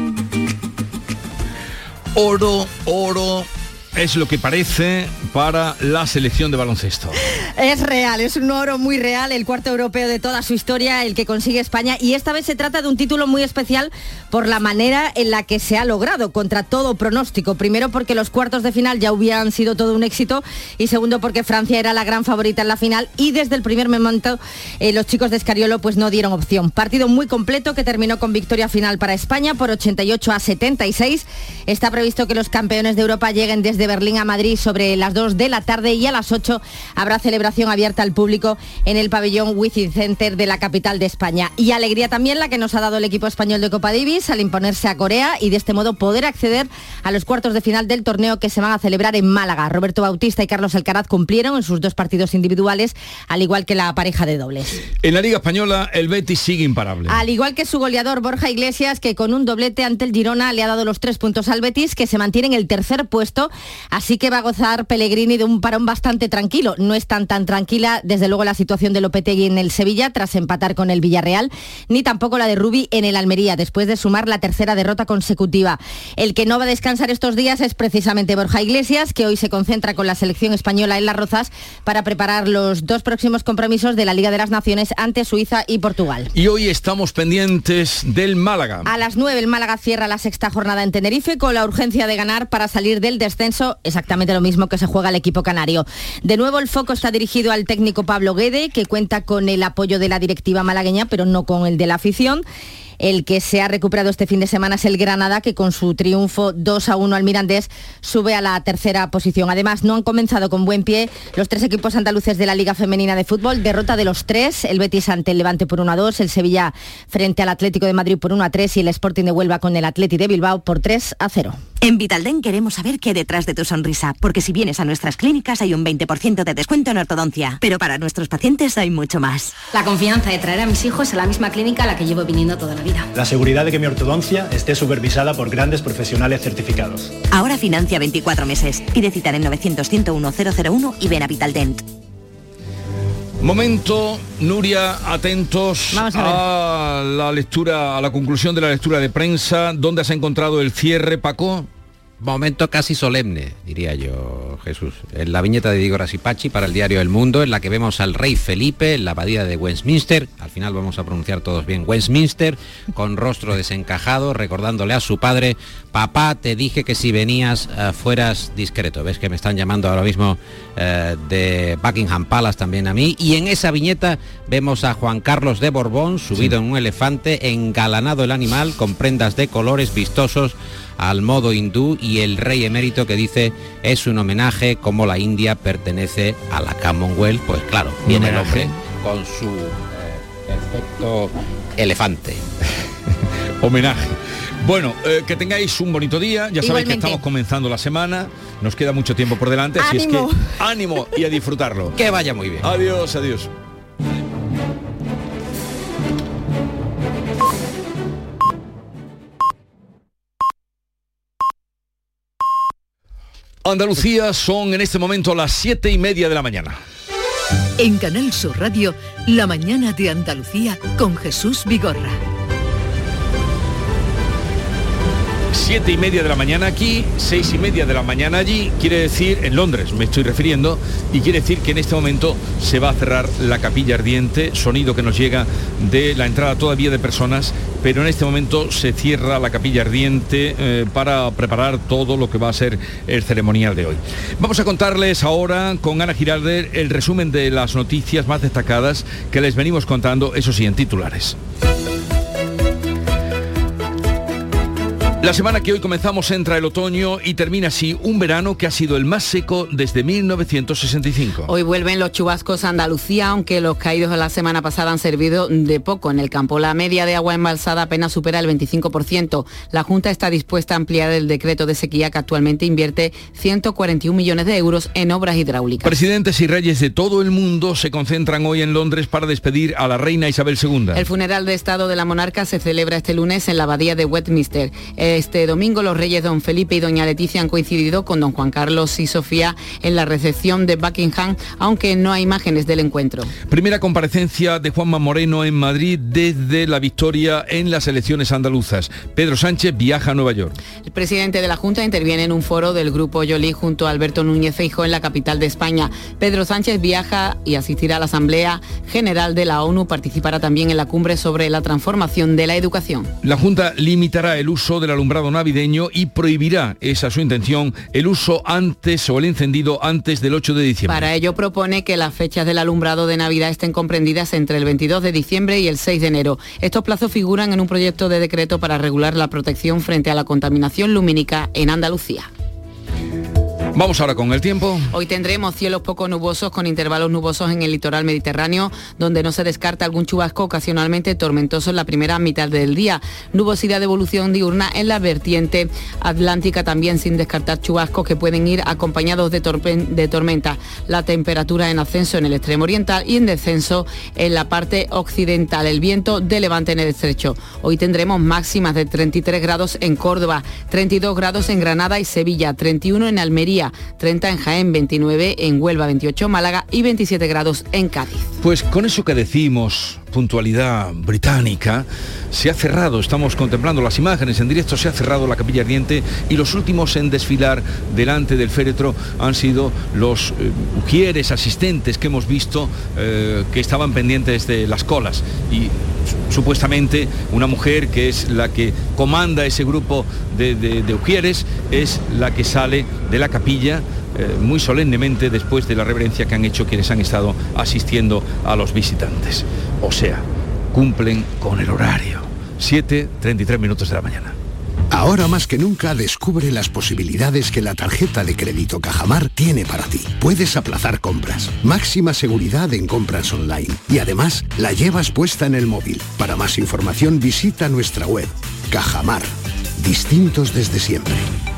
Speaker 1: Oro, oro, es lo que parece para la selección de baloncesto.
Speaker 13: Es real, es un oro muy real, el cuarto europeo de toda su historia, el que consigue España, y esta vez se trata de un título muy especial por la manera en la que se ha logrado, contra todo pronóstico. Primero porque los cuartos de final ya hubieran sido todo un éxito, y segundo porque Francia era la gran favorita en la final, y desde el primer momento eh, los chicos de Escariolo pues no dieron opción. Partido muy completo que terminó con victoria final para España por ochenta y ocho a setenta y seis. Está previsto que los campeones de Europa lleguen desde Berlín a Madrid sobre las dos de la tarde, y a las ocho habrá celebración abierta al público en el pabellón Wizzing Center de la capital de España. Y alegría también la que nos ha dado el equipo español de Copa Davis al imponerse a Corea y de este modo poder acceder a los cuartos de final del torneo que se van a celebrar en Málaga. Roberto Bautista y Carlos Alcaraz cumplieron en sus dos partidos individuales, al igual que la pareja de dobles.
Speaker 1: En la Liga Española, el Betis sigue imparable.
Speaker 13: Al igual que su goleador Borja Iglesias, que con un doblete ante el Girona le ha dado los tres puntos al Betis, que se mantiene en el tercer puesto, así que va a gozar Pellegrini de un parón bastante tranquilo. No es tan tan tranquila, desde luego, la situación de Lopetegui en el Sevilla tras empatar con el Villarreal, ni tampoco la de Rubi en el Almería, después de sumar la tercera derrota consecutiva. El que no va a descansar estos días es precisamente Borja Iglesias, que hoy se concentra con la selección española en Las Rozas para preparar los dos próximos compromisos de la Liga de las Naciones ante Suiza y Portugal.
Speaker 1: Y hoy estamos pendientes del Málaga.
Speaker 13: A las nueve el Málaga cierra la sexta jornada en Tenerife con la urgencia de ganar para salir del descenso, exactamente lo mismo que se juega el equipo canario. De nuevo el foco está dirigido al técnico Pablo Guede, que cuenta con el apoyo de la directiva malagueña, pero no con el de la afición. El que se ha recuperado este fin de semana es el Granada, que con su triunfo dos a uno al Mirandés sube a la tercera posición. Además, no han comenzado con buen pie los tres equipos andaluces de la Liga Femenina de Fútbol. Derrota de los tres, el Betis ante el Levante por uno a dos, el Sevilla frente al Atlético de Madrid por uno a tres y el Sporting de Huelva con el Atleti de Bilbao por tres a cero.
Speaker 14: En Vitaldent queremos saber qué hay detrás de tu sonrisa, porque si vienes a nuestras clínicas hay un veinte por ciento de descuento en ortodoncia, pero para nuestros pacientes hay mucho más.
Speaker 2: La confianza de traer a mis hijos a la misma clínica a la que llevo viniendo toda la vida.
Speaker 15: La seguridad de que mi ortodoncia esté supervisada por grandes profesionales certificados.
Speaker 14: Ahora financia veinticuatro meses. Pide cita en novecientos, ciento uno, cero cero uno y ven a Vitaldent.
Speaker 1: Momento, Nuria, atentos
Speaker 13: Vamos a,
Speaker 1: a la lectura, a la conclusión de la lectura de prensa. ¿Dónde has encontrado el cierre, Paco?
Speaker 26: Momento casi solemne, diría yo, Jesús. En la viñeta de Diego Rasipachi para el diario El Mundo, en la que vemos al rey Felipe en la abadía de Westminster, al final vamos a pronunciar todos bien Westminster, con rostro desencajado, recordándole a su padre: papá, te dije que si venías uh, fueras discreto. Ves que me están llamando ahora mismo uh, de Buckingham Palace también a mí. Y en esa viñeta vemos a Juan Carlos de Borbón subido sí. en un elefante, engalanado el animal con prendas de colores vistosos al modo hindú, y el rey emérito que dice es un homenaje, como la India pertenece a la Commonwealth. Pues claro, viene el hombre con su eh, efecto elefante.
Speaker 1: Homenaje. Bueno, eh, que tengáis un bonito día. Ya sabéis
Speaker 13: Igualmente.
Speaker 1: que estamos comenzando la semana. Nos queda mucho tiempo por delante, así
Speaker 13: ¡Ánimo!
Speaker 1: es que ánimo y a disfrutarlo.
Speaker 26: Que vaya muy bien.
Speaker 1: Adiós, adiós. Andalucía, son en este momento las siete y media de la mañana.
Speaker 16: En Canal Sur Radio, La mañana de Andalucía con Jesús Vigorra.
Speaker 1: Siete y media de la mañana aquí, seis y media de la mañana allí, quiere decir, en Londres me estoy refiriendo, y quiere decir que en este momento se va a cerrar la capilla ardiente, sonido que nos llega de la entrada todavía de personas, pero en este momento se cierra la capilla ardiente eh, para preparar todo lo que va a ser el ceremonial de hoy. Vamos a contarles ahora con Ana Giralder el resumen de las noticias más destacadas que les venimos contando, eso sí, en titulares. La semana que hoy comenzamos entra el otoño y termina así un verano que ha sido el más seco desde mil novecientos sesenta y cinco.
Speaker 23: Hoy vuelven los chubascos a Andalucía, aunque los caídos de la semana pasada han servido de poco. En el campo, la media de agua embalsada apenas supera el veinticinco por ciento. La Junta está dispuesta a ampliar el decreto de sequía que actualmente invierte ciento cuarenta y un millones de euros en obras hidráulicas.
Speaker 1: Presidentes y reyes de todo el mundo se concentran hoy en Londres para despedir a la reina Isabel segunda.
Speaker 23: El funeral de Estado de la monarca se celebra este lunes en la abadía de Westminster. Este domingo los reyes don Felipe y doña Leticia han coincidido con don Juan Carlos y Sofía en la recepción de Buckingham, aunque no hay imágenes del encuentro.
Speaker 1: Primera comparecencia de Juanma Moreno en Madrid desde la victoria en las elecciones andaluzas. Pedro Sánchez viaja a Nueva York.
Speaker 23: El presidente de la Junta interviene en un foro del Grupo Yoli junto a Alberto Núñez Feijóo en la capital de España. Pedro Sánchez viaja y asistirá a la Asamblea General de la ONU. Participará también en la cumbre sobre la transformación de la educación.
Speaker 1: La Junta limitará el uso del alumbrado navideño y prohibirá, esa es su intención, el uso antes o el encendido antes del ocho de diciembre.
Speaker 23: Para ello propone que las fechas del alumbrado de Navidad estén comprendidas entre el veintidós de diciembre y el seis de enero. Estos plazos figuran en un proyecto de decreto para regular la protección frente a la contaminación lumínica en Andalucía.
Speaker 1: Vamos ahora con el tiempo.
Speaker 23: Hoy tendremos cielos poco nubosos con intervalos nubosos en el litoral mediterráneo, donde no se descarta algún chubasco ocasionalmente tormentoso en la primera mitad del día. Nubosidad de evolución diurna en la vertiente atlántica, también sin descartar chubascos que pueden ir acompañados de, de tormenta. La temperatura en ascenso en el extremo oriental y en descenso en la parte occidental. El viento de levante en el estrecho. Hoy tendremos máximas de treinta y tres grados en Córdoba, treinta y dos grados en Granada y Sevilla, treinta y uno en Almería, treinta en Jaén, veintinueve en Huelva, veintiocho Málaga y veintisiete grados en Cádiz.
Speaker 1: Pues con eso que decimos, puntualidad británica, se ha cerrado, estamos contemplando las imágenes en directo, se ha cerrado la capilla ardiente y los últimos en desfilar delante del féretro han sido los eh, ujieres asistentes que hemos visto eh, que estaban pendientes de las colas y supuestamente una mujer que es la que comanda ese grupo de, de, de ujieres es la que sale de la capilla eh, muy solemnemente después de la reverencia que han hecho quienes han estado asistiendo a los visitantes. O sea, cumplen con el horario. siete, treinta y tres minutos de la mañana.
Speaker 3: Ahora más que nunca descubre las posibilidades que la tarjeta de crédito Cajamar tiene para ti. Puedes aplazar compras, máxima seguridad en compras online y además la llevas puesta en el móvil. Para más información visita nuestra web. Cajamar, distintos desde siempre.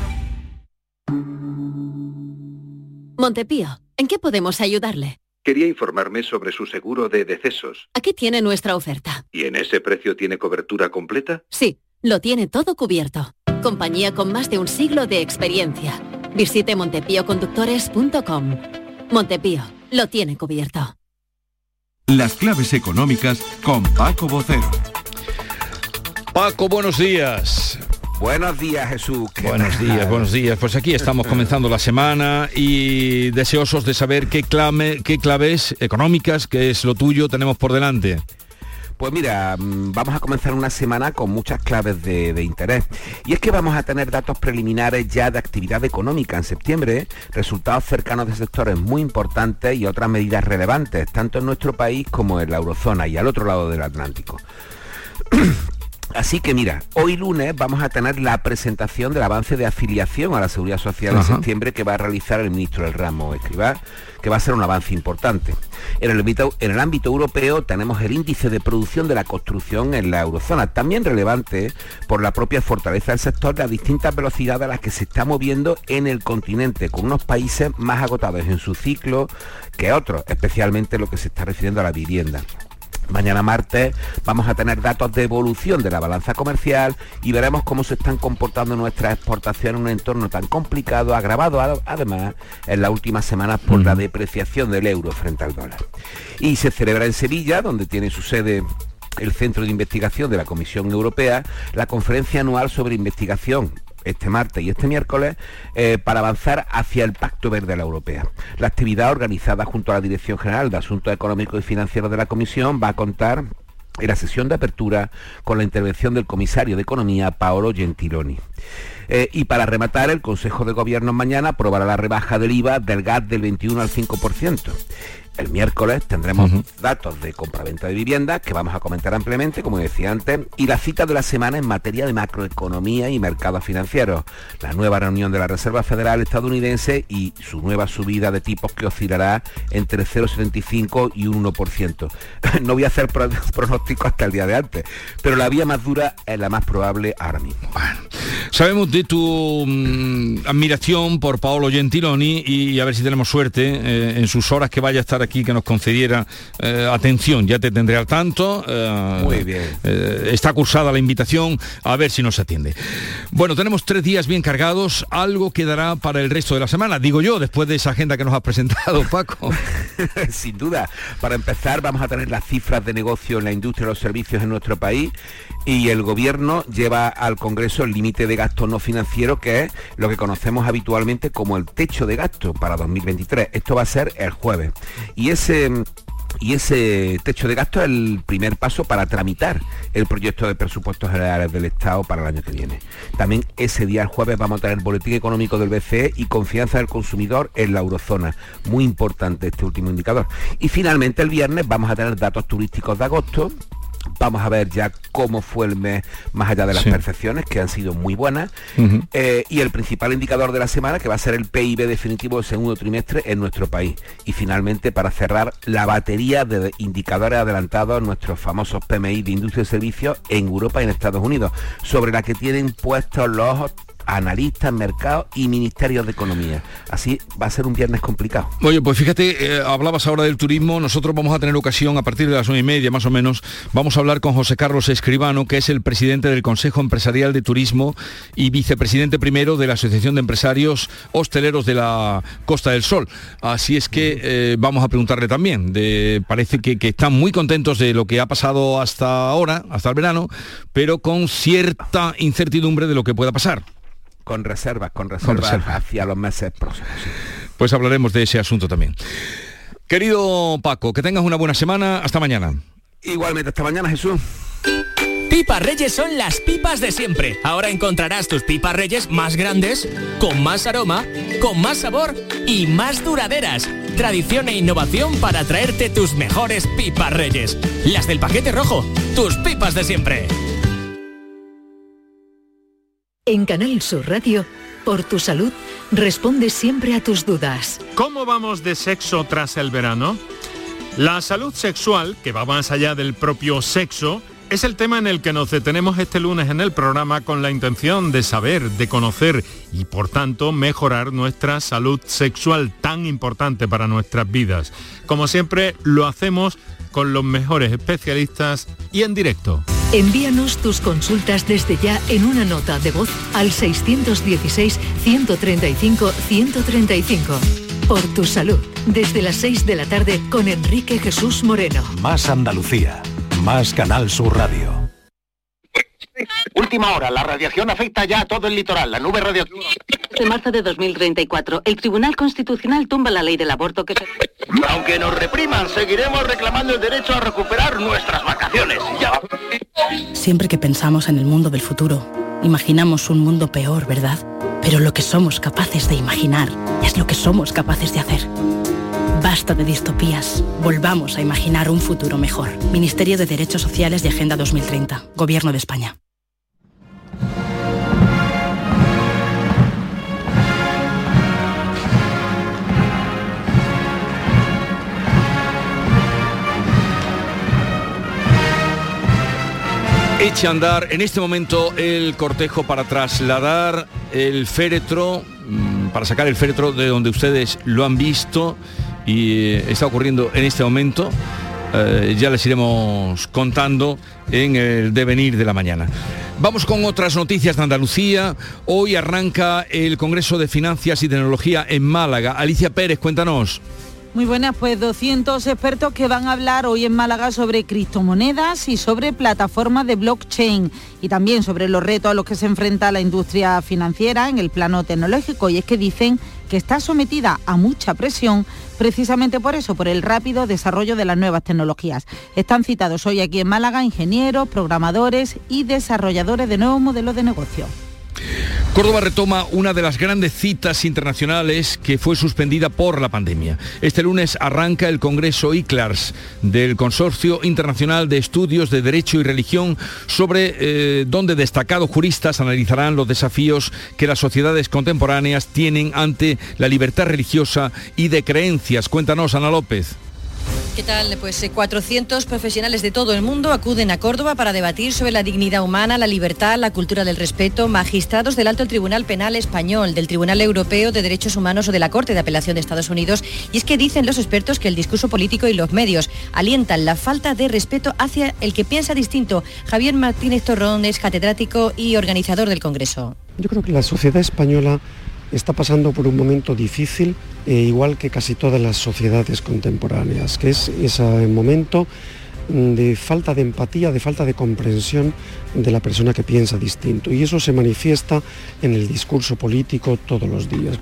Speaker 4: Montepío, ¿en qué podemos ayudarle?
Speaker 17: Quería informarme sobre su seguro de decesos.
Speaker 4: Aquí tiene nuestra oferta.
Speaker 17: ¿Y en ese precio tiene cobertura completa?
Speaker 4: Sí. Lo tiene todo cubierto. Compañía con más de un siglo de experiencia. Visite montepío conductores punto com. Montepío, lo tiene cubierto.
Speaker 18: Las claves económicas con Paco Vocero.
Speaker 1: Paco, buenos días.
Speaker 19: Buenos días, Jesús.
Speaker 1: Buenos días, buenos días. Pues aquí estamos comenzando la semana y deseosos de saber qué, clave, qué claves económicas, que es lo tuyo, tenemos por delante.
Speaker 19: Pues mira, vamos a comenzar una semana con muchas claves de, de interés. Y es que vamos a tener datos preliminares ya de actividad económica en septiembre, resultados cercanos de sectores muy importantes y otras medidas relevantes, tanto en nuestro país como en la eurozona y al otro lado del Atlántico. Así que mira, hoy lunes vamos a tener la presentación del avance de afiliación a la Seguridad Social en septiembre que va a realizar el ministro del ramo, Escrivá, que va a ser un avance importante. En el, ámbito, en el ámbito europeo tenemos el índice de producción de la construcción en la eurozona, también relevante por la propia fortaleza del sector, las distintas velocidades a las que se está moviendo en el continente, con unos países más agotados en su ciclo que otros, especialmente lo que se está refiriendo a la vivienda. Mañana martes vamos a tener datos de evolución de la balanza comercial y veremos cómo se están comportando nuestras exportaciones en un entorno tan complicado, agravado además en las últimas semanas por la depreciación del euro frente al dólar. Y se celebra en Sevilla, donde tiene su sede el Centro de Investigación de la Comisión Europea, la conferencia anual sobre investigación, este martes y este miércoles, eh, para avanzar hacia el Pacto Verde de la Europea. La actividad, organizada junto a la Dirección General de Asuntos Económicos y Financieros de la Comisión, va a contar en la sesión de apertura con la intervención del comisario de Economía, Paolo Gentiloni. Eh, y para rematar, el Consejo de Gobierno mañana aprobará la rebaja del I V A del gas del veintiuno al cinco por ciento. El miércoles tendremos uh-huh. datos de compraventa de viviendas que vamos a comentar ampliamente, como decía antes, y la cita de la semana en materia de macroeconomía y mercados financieros, la nueva reunión de la Reserva Federal estadounidense y su nueva subida de tipos que oscilará entre cero coma setenta y cinco y un uno por ciento. No voy a hacer pronóstico hasta el día de antes, pero la vía más dura es la más probable ahora mismo.
Speaker 1: Bueno, sabemos de tu mmm, admiración por Paolo Gentiloni y a ver si tenemos suerte eh, en sus horas que vaya a estar aquí, que nos concediera eh, atención. Ya te tendré al tanto. Eh,
Speaker 19: Muy bien.
Speaker 1: Eh, está cursada la invitación, a ver si nos atiende. Bueno, tenemos tres días bien cargados. Algo quedará para el resto de la semana, digo yo, después de esa agenda que nos has presentado, Paco.
Speaker 19: Sin duda. Para empezar, vamos a tener las cifras de negocio en la industria y los servicios en nuestro país, y el Gobierno lleva al Congreso el límite de gasto no financiero, que es lo que conocemos habitualmente como el techo de gasto para dos mil veintitrés. Esto va a ser el jueves. Y ese, y ese techo de gasto es el primer paso para tramitar el proyecto de presupuestos generales del Estado para el año que viene. También ese día, el jueves, vamos a tener el boletín económico del B C E y confianza del consumidor en la eurozona. Muy importante este último indicador. Y finalmente el viernes vamos a tener datos turísticos de agosto. Vamos a ver ya cómo fue el mes más allá de las sí. percepciones, que han sido muy buenas. Uh-huh. eh, y el principal indicador de la semana, que va a ser el P I B definitivo del segundo trimestre en nuestro país. Y finalmente, para cerrar, la batería de indicadores adelantados, nuestros famosos P M I de industria y servicios en Europa y en Estados Unidos, sobre la que tienen puestos los ojos analistas, mercados y ministerios de economía. Así va a ser un viernes complicado.
Speaker 1: Oye, pues fíjate, eh, hablabas ahora del turismo. Nosotros vamos a tener ocasión, a partir de las nueve y media más o menos, vamos a hablar con José Carlos Escribano, que es el presidente del Consejo Empresarial de Turismo y vicepresidente primero de la Asociación de Empresarios Hosteleros de la Costa del Sol. Así es que eh, vamos a preguntarle también. De, parece que, que están muy contentos de lo que ha pasado hasta ahora, hasta el verano, pero con cierta incertidumbre de lo que pueda pasar.
Speaker 19: Con reservas, con reservas, con reservas hacia los meses próximos. Sí.
Speaker 1: Pues hablaremos de ese asunto también. Querido Paco, que tengas una buena semana. Hasta mañana.
Speaker 19: Igualmente, hasta mañana, Jesús.
Speaker 21: Pipas Reyes son las pipas de siempre. Ahora encontrarás tus pipas Reyes más grandes, con más aroma, con más sabor y más duraderas. Tradición e innovación para traerte tus mejores pipas Reyes. Las del paquete rojo, tus pipas de siempre.
Speaker 16: En Canal Sur Radio, por tu salud, responde siempre a tus dudas.
Speaker 5: ¿Cómo vamos de sexo tras el verano? La salud sexual, que va más allá del propio sexo, es el tema en el que nos detenemos este lunes en el programa con la intención de saber, de conocer y por tanto mejorar nuestra salud sexual tan importante para nuestras vidas. Como siempre, lo hacemos con los mejores especialistas y en directo.
Speaker 16: Envíanos tus consultas desde ya en una nota de voz al seiscientos dieciséis, ciento treinta y cinco, ciento treinta y cinco. Por tu salud, desde las seis de la tarde con Enrique Jesús Moreno.
Speaker 25: Más Andalucía, más Canal Sur Radio.
Speaker 6: Última hora, la radiación afecta ya a todo el litoral, la nube radioactiva.
Speaker 7: De marzo de dos mil treinta y cuatro, el Tribunal Constitucional tumba la ley del aborto que...
Speaker 6: Aunque nos repriman, seguiremos reclamando el derecho a recuperar nuestras vacaciones. Ya.
Speaker 8: Siempre que pensamos en el mundo del futuro, imaginamos un mundo peor, ¿verdad? Pero lo que somos capaces de imaginar es lo que somos capaces de hacer. Basta de distopías. Volvamos a imaginar un futuro mejor. Ministerio de Derechos Sociales y Agenda dos mil treinta. Gobierno de España.
Speaker 1: Eche a andar en este momento el cortejo para trasladar el féretro, para sacar el féretro de donde ustedes lo han visto y está ocurriendo en este momento. Eh, ya les iremos contando en el devenir de la mañana. Vamos con otras noticias de Andalucía. Hoy arranca el Congreso de Finanzas y Tecnología en Málaga. Alicia Pérez, cuéntanos.
Speaker 20: Muy buenas, pues doscientos expertos que van a hablar hoy en Málaga sobre criptomonedas y sobre plataformas de blockchain y también sobre los retos a los que se enfrenta la industria financiera en el plano tecnológico. Y es que dicen que está sometida a mucha presión precisamente por eso, por el rápido desarrollo de las nuevas tecnologías. Están citados hoy aquí en Málaga ingenieros, programadores y desarrolladores de nuevos modelos de negocio.
Speaker 1: Córdoba retoma una de las grandes citas internacionales que fue suspendida por la pandemia. Este lunes arranca el Congreso I C L A R S del Consorcio Internacional de Estudios de Derecho y Religión, sobre eh, donde destacados juristas analizarán los desafíos que las sociedades contemporáneas tienen ante la libertad religiosa y de creencias. Cuéntanos, Ana López.
Speaker 24: ¿Qué tal? Pues cuatrocientos profesionales de todo el mundo acuden a Córdoba para debatir sobre la dignidad humana, la libertad, la cultura del respeto. Magistrados del Alto Tribunal Penal Español, del Tribunal Europeo de Derechos Humanos o de la Corte de Apelación de Estados Unidos. Y es que dicen los expertos que el discurso político y los medios alientan la falta de respeto hacia el que piensa distinto. Javier Martínez Torrón es catedrático y organizador del Congreso.
Speaker 27: Yo creo que la sociedad española está pasando por un momento difícil, eh, igual que casi todas las sociedades contemporáneas, que es ese momento de falta de empatía, de falta de comprensión de la persona que piensa distinto. Y eso se manifiesta en el discurso político todos los días.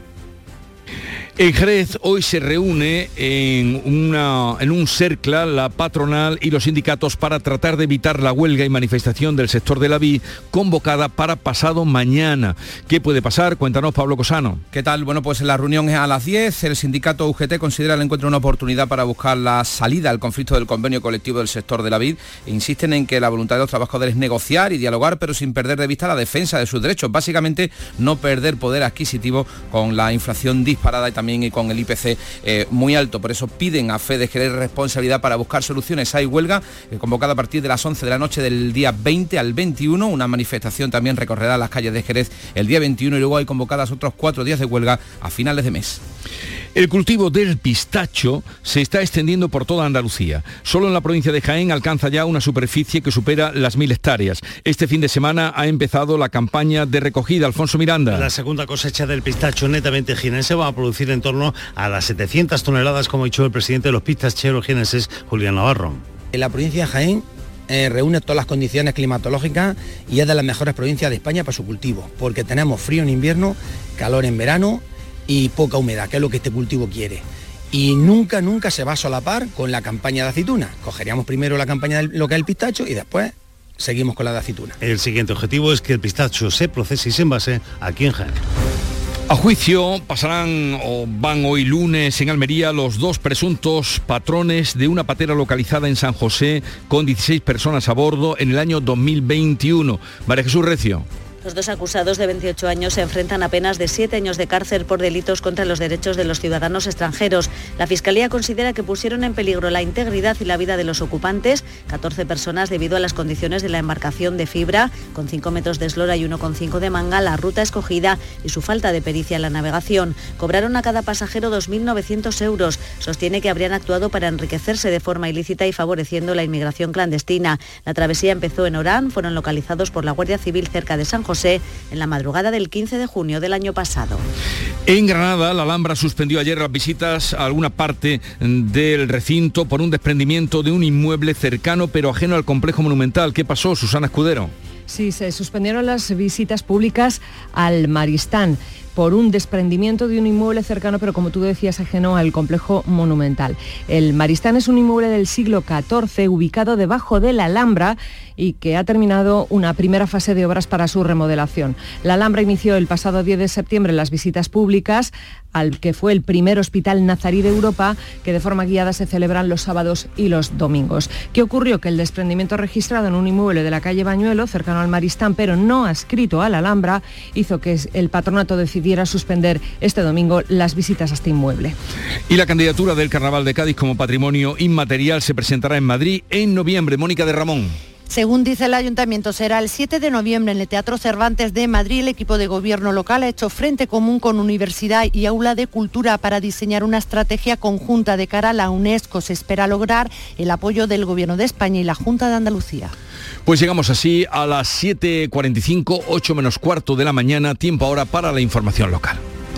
Speaker 1: En Jerez hoy se reúne en, una, en un cercla la patronal y los sindicatos para tratar de evitar la huelga y manifestación del sector de la vid convocada para pasado mañana. ¿Qué puede pasar? Cuéntanos, Pablo Cosano.
Speaker 28: ¿Qué tal? Bueno, pues la reunión es a las diez. El sindicato U G T considera el encuentro una oportunidad para buscar la salida al conflicto del convenio colectivo del sector de la vid e insisten en que la voluntad de los trabajadores es negociar y dialogar, pero sin perder de vista la defensa de sus derechos. Básicamente, no perder poder adquisitivo con la inflación disparada y también y con el I P C eh, muy alto. Por eso piden a Fede Jerez responsabilidad para buscar soluciones. Hay huelga eh, convocada a partir de las once de la noche del día veinte al veintiuno. Una manifestación también recorrerá las calles de Jerez el día veintiuno y luego hay convocadas otros cuatro días de huelga a finales de mes.
Speaker 1: El cultivo del pistacho se está extendiendo por toda Andalucía. Solo en la provincia de Jaén alcanza ya una superficie que supera las mil hectáreas. Este fin de semana ha empezado la campaña de recogida. Alfonso Miranda.
Speaker 29: La segunda cosecha del pistacho netamente jienense va a producir en torno a las setecientas toneladas, como ha dicho el presidente de los pistacheros jienenses, Julián Navarro.
Speaker 30: En la provincia de Jaén eh, reúne todas las condiciones climatológicas y es de las mejores provincias de España para su cultivo, porque tenemos frío en invierno, calor en verano y poca humedad, que es lo que este cultivo quiere. Y nunca, nunca se va a solapar con la campaña de aceituna. Cogeríamos primero la campaña de lo que es el pistacho y después seguimos con la de aceituna.
Speaker 29: El siguiente objetivo es que el pistacho se procese y se envase aquí en Jaén.
Speaker 1: A juicio pasarán o van hoy lunes en Almería los dos presuntos patrones de una patera localizada en San José con dieciséis personas a bordo en el año dos mil veintiuno. María Jesús Recio.
Speaker 2: Los dos acusados de veintiocho años se enfrentan a penas de siete años de cárcel por delitos contra los derechos de los ciudadanos extranjeros. La Fiscalía considera que pusieron en peligro la integridad y la vida de los ocupantes, catorce personas, debido a las condiciones de la embarcación de fibra, con cinco metros de eslora y uno coma cinco de manga, la ruta escogida y su falta de pericia en la navegación. Cobraron a cada pasajero dos mil novecientos euros. Sostiene que habrían actuado para enriquecerse de forma ilícita y favoreciendo la inmigración clandestina. La travesía empezó en Orán, fueron localizados por la Guardia Civil cerca de San José en la madrugada del quince de junio del año pasado.
Speaker 1: En Granada, la Alhambra suspendió ayer las visitas a alguna parte del recinto por un desprendimiento de un inmueble cercano pero ajeno al complejo monumental. ¿Qué pasó, Susana Escudero?
Speaker 9: Sí, se suspendieron las visitas públicas al Maristán por un desprendimiento de un inmueble cercano, pero como tú decías, ajeno al complejo monumental. El Maristán es un inmueble del siglo catorce, ubicado debajo de la Alhambra y que ha terminado una primera fase de obras para su remodelación. La Alhambra inició el pasado diez de septiembre las visitas públicas al que fue el primer hospital nazarí de Europa, que de forma guiada se celebran los sábados y los domingos. ¿Qué ocurrió? Que el desprendimiento registrado en un inmueble de la calle Bañuelo, cercano al Maristán, pero no adscrito a la Alhambra, hizo que el patronato decidiera suspender este domingo las visitas a este inmueble.
Speaker 1: Y la candidatura del Carnaval de Cádiz como patrimonio inmaterial se presentará en Madrid en noviembre. Mónica de Ramón.
Speaker 10: Según dice el Ayuntamiento, será el siete de noviembre en el Teatro Cervantes de Madrid. El equipo de gobierno local ha hecho frente común con Universidad y Aula de Cultura para diseñar una estrategia conjunta de cara a la UNESCO. Se espera lograr el apoyo del Gobierno de España y la Junta de Andalucía.
Speaker 1: Pues llegamos así a las siete cuarenta y cinco, ocho menos cuarto de la mañana, tiempo ahora para la información local.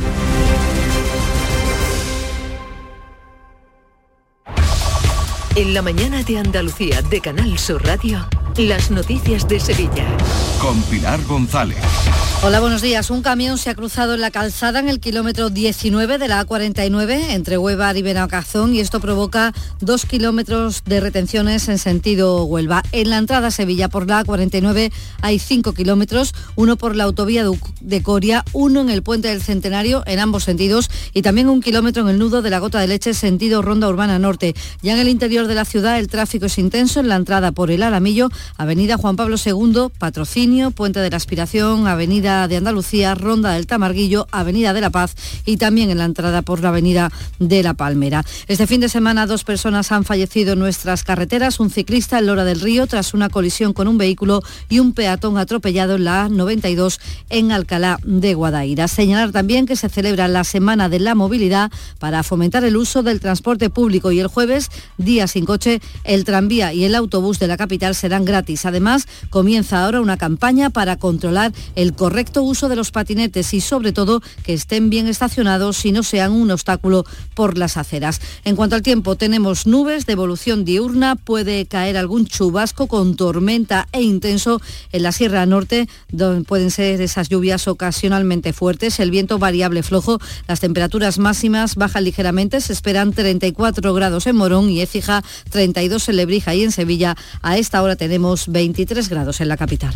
Speaker 16: En la mañana de Andalucía de Canal Sur Radio, las noticias de Sevilla.
Speaker 18: Con Pilar González.
Speaker 10: Hola, buenos días. Un camión se ha cruzado en la calzada en el kilómetro diecinueve de la A cuarenta y nueve entre Huelva y Benacazón y esto provoca dos kilómetros de retenciones en sentido Huelva. En la entrada a Sevilla por la A cuarenta y nueve hay cinco kilómetros, uno por la autovía de Coria, uno en el puente del Centenario en ambos sentidos y también un kilómetro en el nudo de la Gota de Leche sentido Ronda Urbana Norte. Ya en el interior de la ciudad el tráfico es intenso en la entrada por el Alamillo, avenida Juan Pablo segundo, Patrocinio, Puente de la Aspiración, avenida de Andalucía, Ronda del Tamarguillo, Avenida de la Paz y también en la entrada por la Avenida de la Palmera. Este fin de semana dos personas han fallecido en nuestras carreteras, un ciclista en Lora del Río tras una colisión con un vehículo y un peatón atropellado en la A noventa y dos en Alcalá de Guadaira. Señalar también que se celebra la Semana de la Movilidad para fomentar el uso del transporte público y el jueves, día sin coche, el tranvía y el autobús de la capital serán gratis. Además, comienza ahora una campaña para controlar el correcto uso de los patinetes y sobre todo que estén bien estacionados y no sean un obstáculo por las aceras. En cuanto al tiempo, tenemos nubes de evolución diurna, puede caer algún chubasco con tormenta e intenso en la Sierra Norte, donde pueden ser esas lluvias ocasionalmente fuertes, el viento variable flojo, las temperaturas máximas bajan ligeramente, se esperan treinta y cuatro grados en Morón y Écija, treinta y dos en Lebrija y en Sevilla. A esta hora tenemos veintitrés grados en la capital.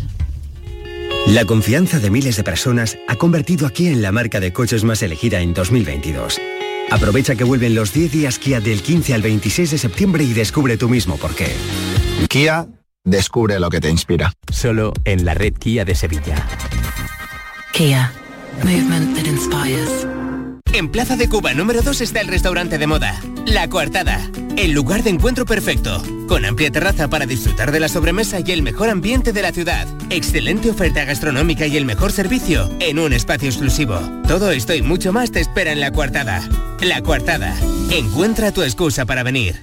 Speaker 11: La confianza de miles de personas ha convertido a Kia en la marca de coches más elegida en dos mil veintidós. Aprovecha que vuelven los diez días Kia del quince al veintiséis de septiembre y descubre tú mismo por qué.
Speaker 12: Kia, descubre lo que te inspira.
Speaker 13: Solo en la red Kia de Sevilla.
Speaker 16: Kia, movement that inspires.
Speaker 21: En Plaza de Cuba número dos está el restaurante de moda, La Coartada, el lugar de encuentro perfecto, con amplia terraza para disfrutar de la sobremesa y el mejor ambiente de la ciudad, excelente oferta gastronómica y el mejor servicio en un espacio exclusivo. Todo esto y mucho más te espera en La Coartada. La Coartada, encuentra tu excusa para venir.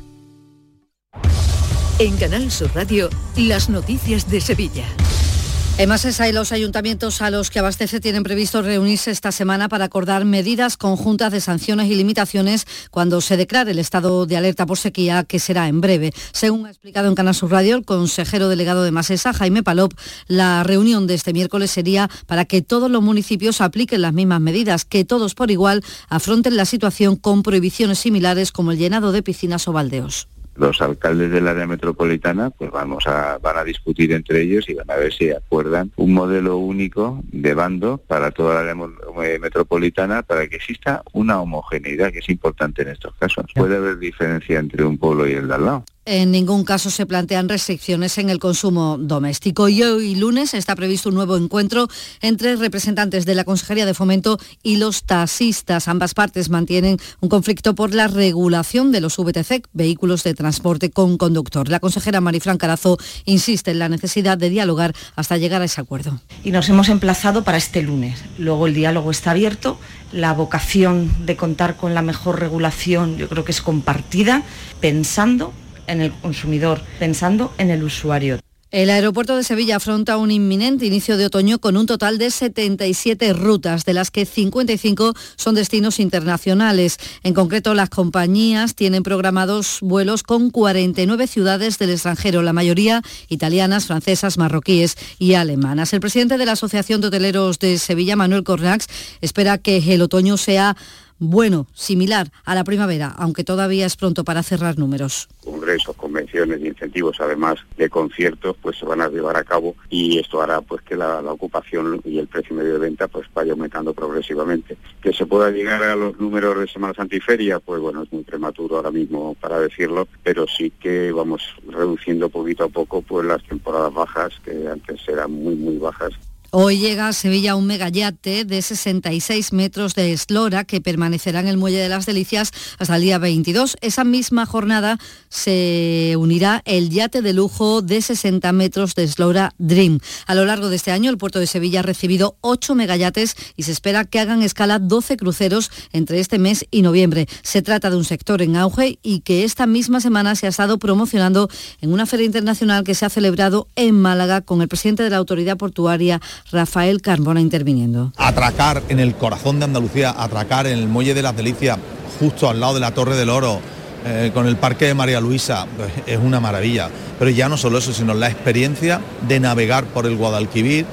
Speaker 16: En Canal Sur Radio, las noticias de Sevilla.
Speaker 10: En Masesa y los ayuntamientos a los que abastece tienen previsto reunirse esta semana para acordar medidas conjuntas de sanciones y limitaciones cuando se declare el estado de alerta por sequía, que será en breve. Según ha explicado en Canal Sur Radio el consejero delegado de Masesa, Jaime Palop, la reunión de este miércoles sería para que todos los municipios apliquen las mismas medidas, que todos por igual afronten la situación con prohibiciones similares como el llenado de piscinas o baldeos.
Speaker 14: Los alcaldes del área metropolitana pues vamos a van a discutir entre ellos y van a ver si acuerdan un modelo único de bando para toda la área metropolitana para que exista una homogeneidad, que es importante en estos casos. Puede haber diferencia entre un pueblo y el de al lado.
Speaker 10: En ningún caso se plantean restricciones en el consumo doméstico. Y hoy lunes está previsto un nuevo encuentro entre representantes de la Consejería de Fomento y los taxistas. Ambas partes mantienen un conflicto por la regulación de los V T C, vehículos de transporte con conductor. La consejera Marifran Carazo insiste en la necesidad de dialogar hasta llegar a ese acuerdo.
Speaker 3: Y nos hemos emplazado para este lunes. Luego el diálogo está abierto. La vocación de contar con la mejor regulación yo creo que es compartida, pensando en el consumidor, pensando en el usuario.
Speaker 10: El aeropuerto de Sevilla afronta un inminente inicio de otoño con un total de setenta y siete rutas, de las que cincuenta y cinco son destinos internacionales. En concreto, las compañías tienen programados vuelos con cuarenta y nueve ciudades del extranjero, la mayoría italianas, francesas, marroquíes y alemanas. El presidente de la Asociación de Hoteleros de Sevilla, Manuel Cornax, espera que el otoño sea bueno, similar a la primavera, aunque todavía es pronto para cerrar números.
Speaker 14: Congresos, convenciones y incentivos, además de conciertos, pues se van a llevar a cabo y esto hará pues que la, la ocupación y el precio medio de venta pues vaya aumentando progresivamente. Que se pueda llegar a los números de Semana Santa y Feria, pues bueno, es muy prematuro ahora mismo para decirlo, pero sí que vamos reduciendo poquito a poco pues las temporadas bajas, que antes eran muy muy bajas.
Speaker 10: Hoy llega a Sevilla un megayate de sesenta y seis metros de eslora que permanecerá en el Muelle de las Delicias hasta el día veintidós. Esa misma jornada se unirá el yate de lujo de sesenta metros de eslora Dream. A lo largo de este año el puerto de Sevilla ha recibido ocho megayates y se espera que hagan escala doce cruceros entre este mes y noviembre. Se trata de un sector en auge y que esta misma semana se ha estado promocionando en una feria internacional que se ha celebrado en Málaga con el presidente de la autoridad portuaria, Rafael Carbona, interviniendo.
Speaker 4: Atracar en el corazón de Andalucía, atracar en el Muelle de las Delicias, justo al lado de la Torre del Oro, eh, con el Parque de María Luisa, pues es una maravilla. Pero ya no solo eso, sino la experiencia de navegar por el Guadalquivir.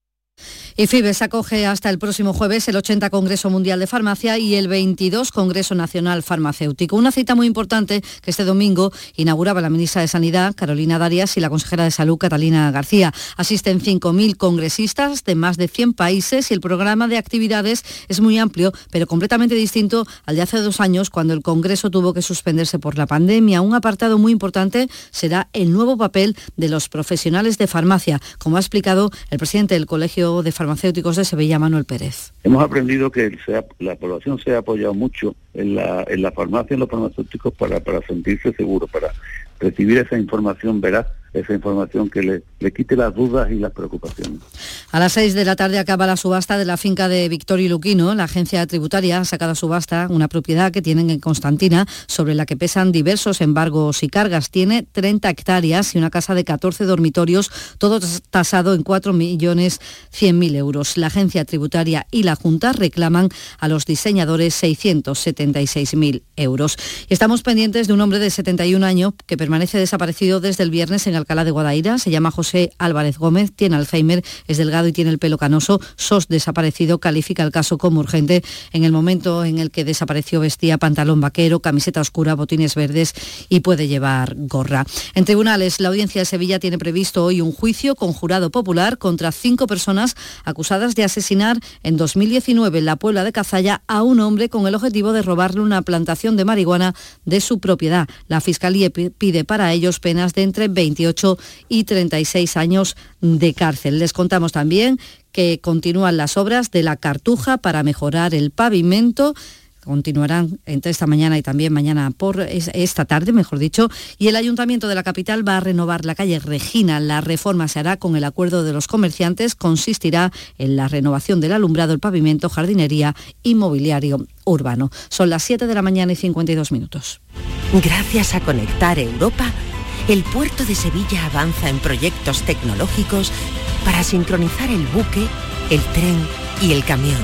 Speaker 10: I FIBES acoge hasta el próximo jueves el ochenta Congreso Mundial de Farmacia y el veintidós Congreso Nacional Farmacéutico. Una cita muy importante que este domingo inauguraba la ministra de Sanidad, Carolina Darias, y la consejera de Salud, Catalina García. Asisten cinco mil congresistas de más de cien países y el programa de actividades es muy amplio, pero completamente distinto al de hace dos años, cuando el Congreso tuvo que suspenderse por la pandemia. Un apartado muy importante será el nuevo papel de los profesionales de farmacia, como ha explicado el presidente del Colegio de Farmacéuticos de Sevilla, Manuel Pérez.
Speaker 5: Hemos aprendido que se ha, la población se ha apoyado mucho en la, en la farmacia, en los farmacéuticos, para, para sentirse seguro, para recibir esa información veraz, esa información que le, le quite las dudas y las preocupaciones.
Speaker 10: A las seis de la tarde acaba la subasta de la finca de Victorio y Luquino. La agencia tributaria ha sacado a subasta una propiedad que tienen en Constantina, sobre la que pesan diversos embargos y cargas. Tiene treinta hectáreas y una casa de catorce dormitorios, todo tasado en cuatro millones cien mil euros. La agencia tributaria y la Junta reclaman a los diseñadores seiscientos setenta y seis mil euros. Y estamos pendientes de un hombre de setenta y un años que permanece desaparecido desde el viernes en Alcalá de Guadaira. Se llama José Álvarez Gómez, tiene Alzheimer, es delgado y tiene el pelo canoso. S O S Desaparecido califica el caso como urgente. En el momento en el que desapareció vestía pantalón vaquero, camiseta oscura, botines verdes y puede llevar gorra. En tribunales, la Audiencia de Sevilla tiene previsto hoy un juicio con jurado popular contra cinco personas acusadas de asesinar en dos mil diecinueve en la Puebla de Cazalla a un hombre con el objetivo de robarle una plantación de marihuana de su propiedad. La Fiscalía pide para ellos penas de entre veintiocho y treinta y seis años de cárcel. Les contamos también que continúan las obras de la Cartuja para mejorar el pavimento. Continuarán entre esta mañana y también mañana por esta tarde, mejor dicho, y el Ayuntamiento de la capital va a renovar la calle Regina. La reforma se hará con el acuerdo de los comerciantes, consistirá en la renovación del alumbrado, el pavimento, jardinería y mobiliario urbano. Son las siete de la mañana y cincuenta y dos minutos.
Speaker 15: Gracias a Conectar Europa, el puerto de Sevilla avanza en proyectos tecnológicos para sincronizar el buque, el tren y el camión.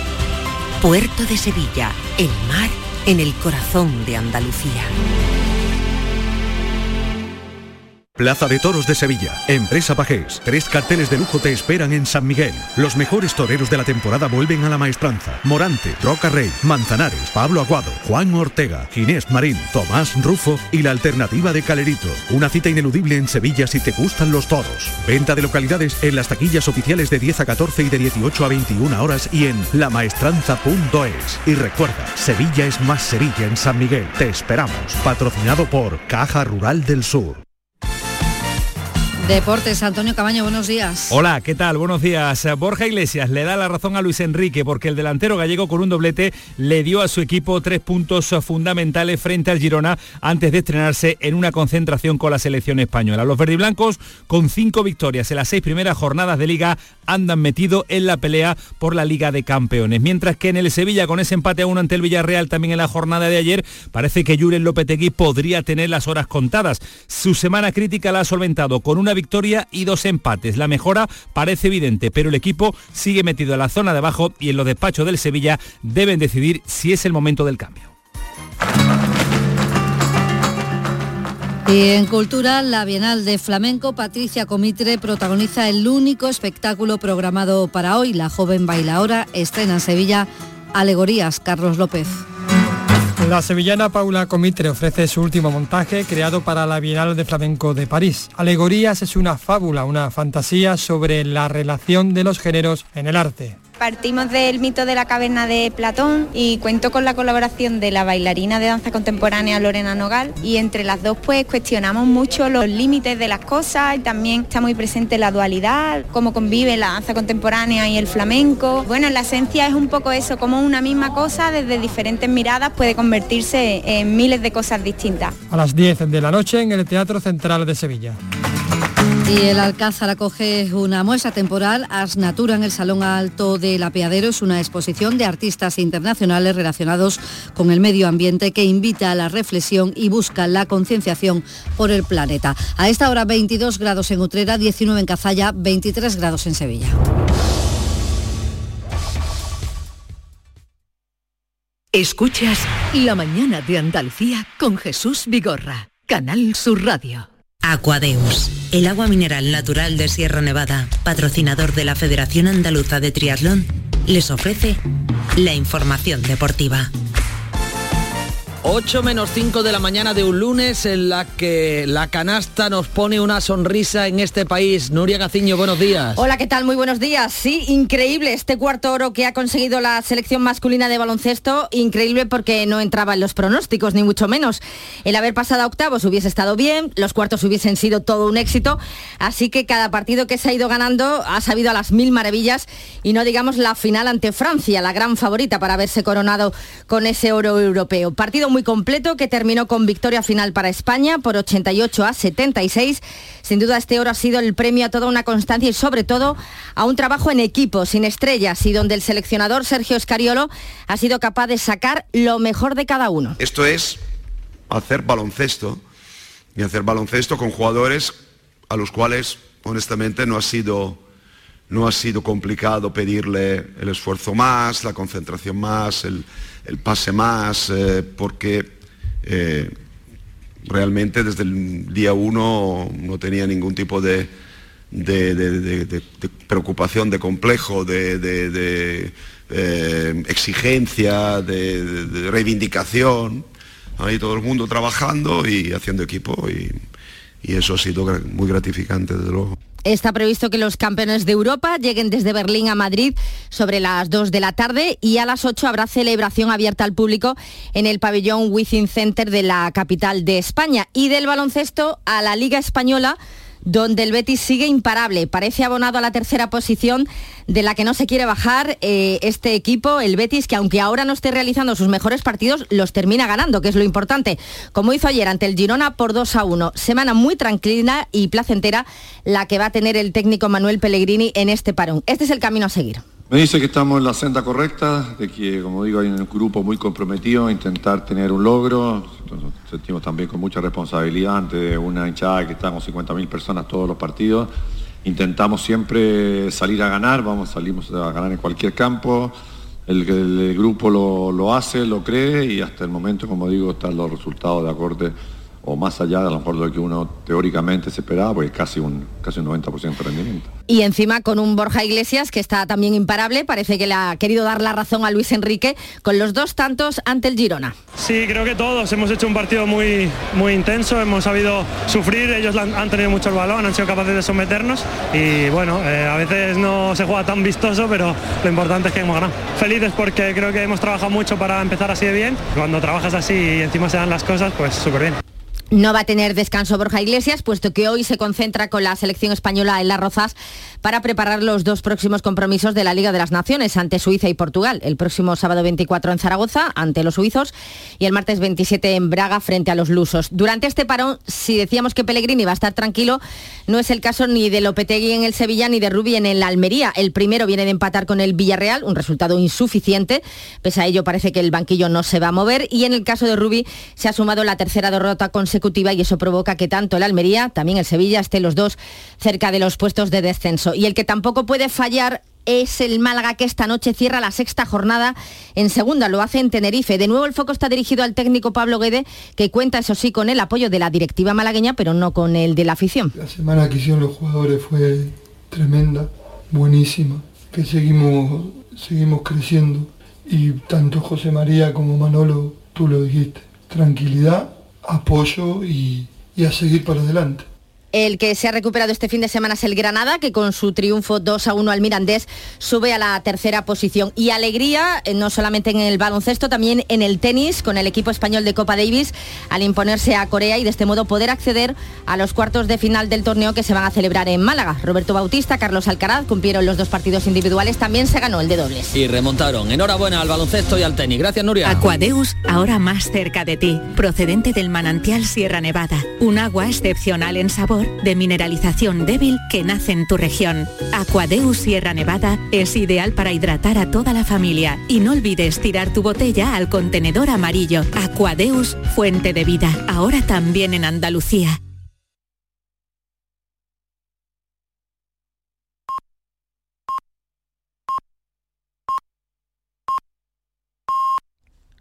Speaker 15: Puerto de Sevilla, el mar en el corazón de Andalucía.
Speaker 6: Plaza de Toros de Sevilla, Empresa Pajés. Tres carteles de lujo te esperan en San Miguel. Los mejores toreros de la temporada vuelven a la maestranza. Morante, Roca Rey, Manzanares, Pablo Aguado, Juan Ortega, Ginés Marín, Tomás Rufo y la alternativa de Calerito. Una cita ineludible en Sevilla si te gustan los toros. Venta de localidades en las taquillas oficiales de diez a catorce y de dieciocho a veintiuna horas y en la maestranza punto es. Y recuerda, Sevilla es más Sevilla en San Miguel. Te esperamos. Patrocinado por Caja Rural del Sur.
Speaker 10: Deportes, Antonio Camaño, buenos días.
Speaker 7: Hola, ¿qué tal? Buenos días. Borja Iglesias le da la razón a Luis Enrique porque el delantero gallego con un doblete le dio a su equipo tres puntos fundamentales frente al Girona antes de estrenarse en una concentración con la selección española. Los verdiblancos, con cinco victorias en las seis primeras jornadas de Liga, andan metidos en la pelea por la Liga de Campeones. Mientras que en el Sevilla, con ese empate a uno ante el Villarreal también en la jornada de ayer, parece que Julen Lopetegui podría tener las horas contadas. Su semana crítica la ha solventado con una victoria y dos empates. La mejora parece evidente, pero el equipo sigue metido en la zona de abajo y en los despachos del Sevilla deben decidir si es el momento del cambio.
Speaker 10: Y en cultura, la Bienal de Flamenco Patricia Comitre protagoniza el único espectáculo programado para hoy. La joven bailaora estrena en Sevilla Alegorías. Carlos López.
Speaker 8: La sevillana Paula Comitre ofrece su último montaje creado para la Bienal de Flamenco de París. Alegorías es una fábula, una fantasía sobre la relación de los géneros en el arte.
Speaker 17: Partimos del mito de la caverna de Platón y cuento con la colaboración de la bailarina de danza contemporánea Lorena Nogal, y entre las dos pues cuestionamos mucho los límites de las cosas y también está muy presente la dualidad, cómo convive la danza contemporánea y el flamenco. Bueno, en la esencia es un poco eso, como una misma cosa desde diferentes miradas puede convertirse en miles de cosas distintas.
Speaker 8: A las diez de la noche en el Teatro Central de Sevilla.
Speaker 10: Y el Alcázar acoge una muestra temporal, Ars Natura, en el Salón Alto del Apeadero. Es una exposición de artistas internacionales relacionados con el medio ambiente que invita a la reflexión y busca la concienciación por el planeta. A esta hora veintidós grados en Utrera, diecinueve en Cazalla, veintitrés grados en Sevilla.
Speaker 16: Escuchas La Mañana de Andalucía con Jesús Vigorra, Canal Sur Radio.
Speaker 19: Aquadeus, el agua mineral natural de Sierra Nevada, patrocinador de la Federación Andaluza de Triatlón, les ofrece la información deportiva.
Speaker 20: ocho menos cinco de la mañana de un lunes en la que la canasta nos pone una sonrisa en este país. Nuria Gaciño, buenos días.
Speaker 22: Hola, ¿qué tal? Muy buenos días. Sí, increíble este cuarto oro que ha conseguido la selección masculina de baloncesto. Increíble porque no entraba en los pronósticos, ni mucho menos. El haber pasado a octavos hubiese estado bien, los cuartos hubiesen sido todo un éxito. Así que cada partido que se ha ido ganando ha sabido a las mil maravillas, y no digamos la final ante Francia, la gran favorita para haberse coronado con ese oro europeo. Partido muy completo que terminó con victoria final para España por ochenta y ocho a setenta y seis. Sin duda este oro ha sido el premio a toda una constancia y sobre todo a un trabajo en equipo, sin estrellas, y donde el seleccionador Sergio Scariolo ha sido capaz de sacar lo mejor de cada uno.
Speaker 23: Esto es hacer baloncesto, y hacer baloncesto con jugadores a los cuales honestamente no ha sido, no ha sido complicado pedirle el esfuerzo más, la concentración más, el el pase más, eh, porque eh, realmente desde el día uno no tenía ningún tipo de, de, de, de, de, de preocupación, de complejo, de, de, de eh, exigencia, de, de, de reivindicación. Ahí todo el mundo trabajando y haciendo equipo, y, y eso ha sido muy gratificante, desde luego.
Speaker 22: Está previsto que los campeones de Europa lleguen desde Berlín a Madrid sobre las dos de la tarde, y a las ocho habrá celebración abierta al público en el pabellón Wizzing Center de la capital de España. Y del baloncesto a la Liga Española, donde el Betis sigue imparable, parece abonado a la tercera posición de la que no se quiere bajar eh, este equipo, el Betis, que aunque ahora no esté realizando sus mejores partidos, los termina ganando, que es lo importante, como hizo ayer ante el Girona por dos a uno. Semana muy tranquila y placentera la que va a tener el técnico Manuel Pellegrini en este parón. Este es el camino a seguir.
Speaker 25: Me dice que estamos en la senda correcta, de que, como digo, hay un grupo muy comprometido a intentar tener un logro. Nos sentimos también con mucha responsabilidad ante una hinchada que está con cincuenta mil personas todos los partidos. Intentamos siempre salir a ganar, vamos, salimos a ganar en cualquier campo. El, el, el grupo lo, lo hace, lo cree, y hasta el momento, como digo, están los resultados de acorde o más allá de a lo mejor de lo que uno teóricamente se esperaba, pues casi un, casi un noventa por ciento de rendimiento.
Speaker 22: Y encima con un Borja Iglesias que está también imparable, parece que le ha querido dar la razón a Luis Enrique con los dos tantos ante el Girona.
Speaker 1: Sí, creo que todos hemos hecho un partido muy, muy intenso, hemos sabido sufrir, ellos han tenido mucho el balón, han sido capaces de someternos y bueno, eh, a veces no se juega tan vistoso, pero lo importante es que hemos ganado. Felices porque creo que hemos trabajado mucho para empezar así de bien, cuando trabajas así y encima se dan las cosas, pues súper bien.
Speaker 22: No va a tener descanso Borja Iglesias, puesto que hoy se concentra con la selección española en Las Rozas para preparar los dos próximos compromisos de la Liga de las Naciones ante Suiza y Portugal. El próximo sábado veinticuatro en Zaragoza ante los suizos y el martes veintisiete en Braga frente a los lusos. Durante este parón, si decíamos que Pellegrini va a estar tranquilo, no es el caso ni de Lopetegui en el Sevilla ni de Rubi en el Almería. El primero viene de empatar con el Villarreal, un resultado insuficiente. Pese a ello parece que el banquillo no se va a mover y en el caso de Rubi se ha sumado la tercera derrota consecutiva y eso provoca que tanto el Almería, también el Sevilla, estén los dos cerca de los puestos de descenso. Y el que tampoco puede fallar es el Málaga, que esta noche cierra la sexta jornada en segunda, lo hace en Tenerife. De nuevo el foco está dirigido al técnico Pablo Guede, que cuenta eso sí con el apoyo de la directiva malagueña, pero no con el de la afición.
Speaker 2: La semana que hicieron los jugadores fue tremenda, buenísima, que seguimos, seguimos creciendo y tanto José María como Manolo, tú lo dijiste, tranquilidad, apoyo y, y a seguir para adelante.
Speaker 22: El que se ha recuperado este fin de semana es el Granada, que con su triunfo dos a uno al Mirandés sube a la tercera posición. Y alegría, no solamente en el baloncesto, también en el tenis, con el equipo español de Copa Davis, al imponerse a Corea y de este modo poder acceder a los cuartos de final del torneo que se van a celebrar en Málaga. Roberto Bautista, Carlos Alcaraz cumplieron los dos partidos individuales, también se ganó el de dobles.
Speaker 20: Y remontaron. Enhorabuena al baloncesto y al tenis. Gracias, Nuria.
Speaker 9: Aquadeus, ahora más cerca de ti, procedente del manantial Sierra Nevada. Un agua excepcional en sabor, de mineralización débil que nace en tu región. Aquadeus Sierra Nevada es ideal para hidratar a toda la familia y no olvides tirar tu botella al contenedor amarillo. Aquadeus, fuente de vida, ahora también en Andalucía.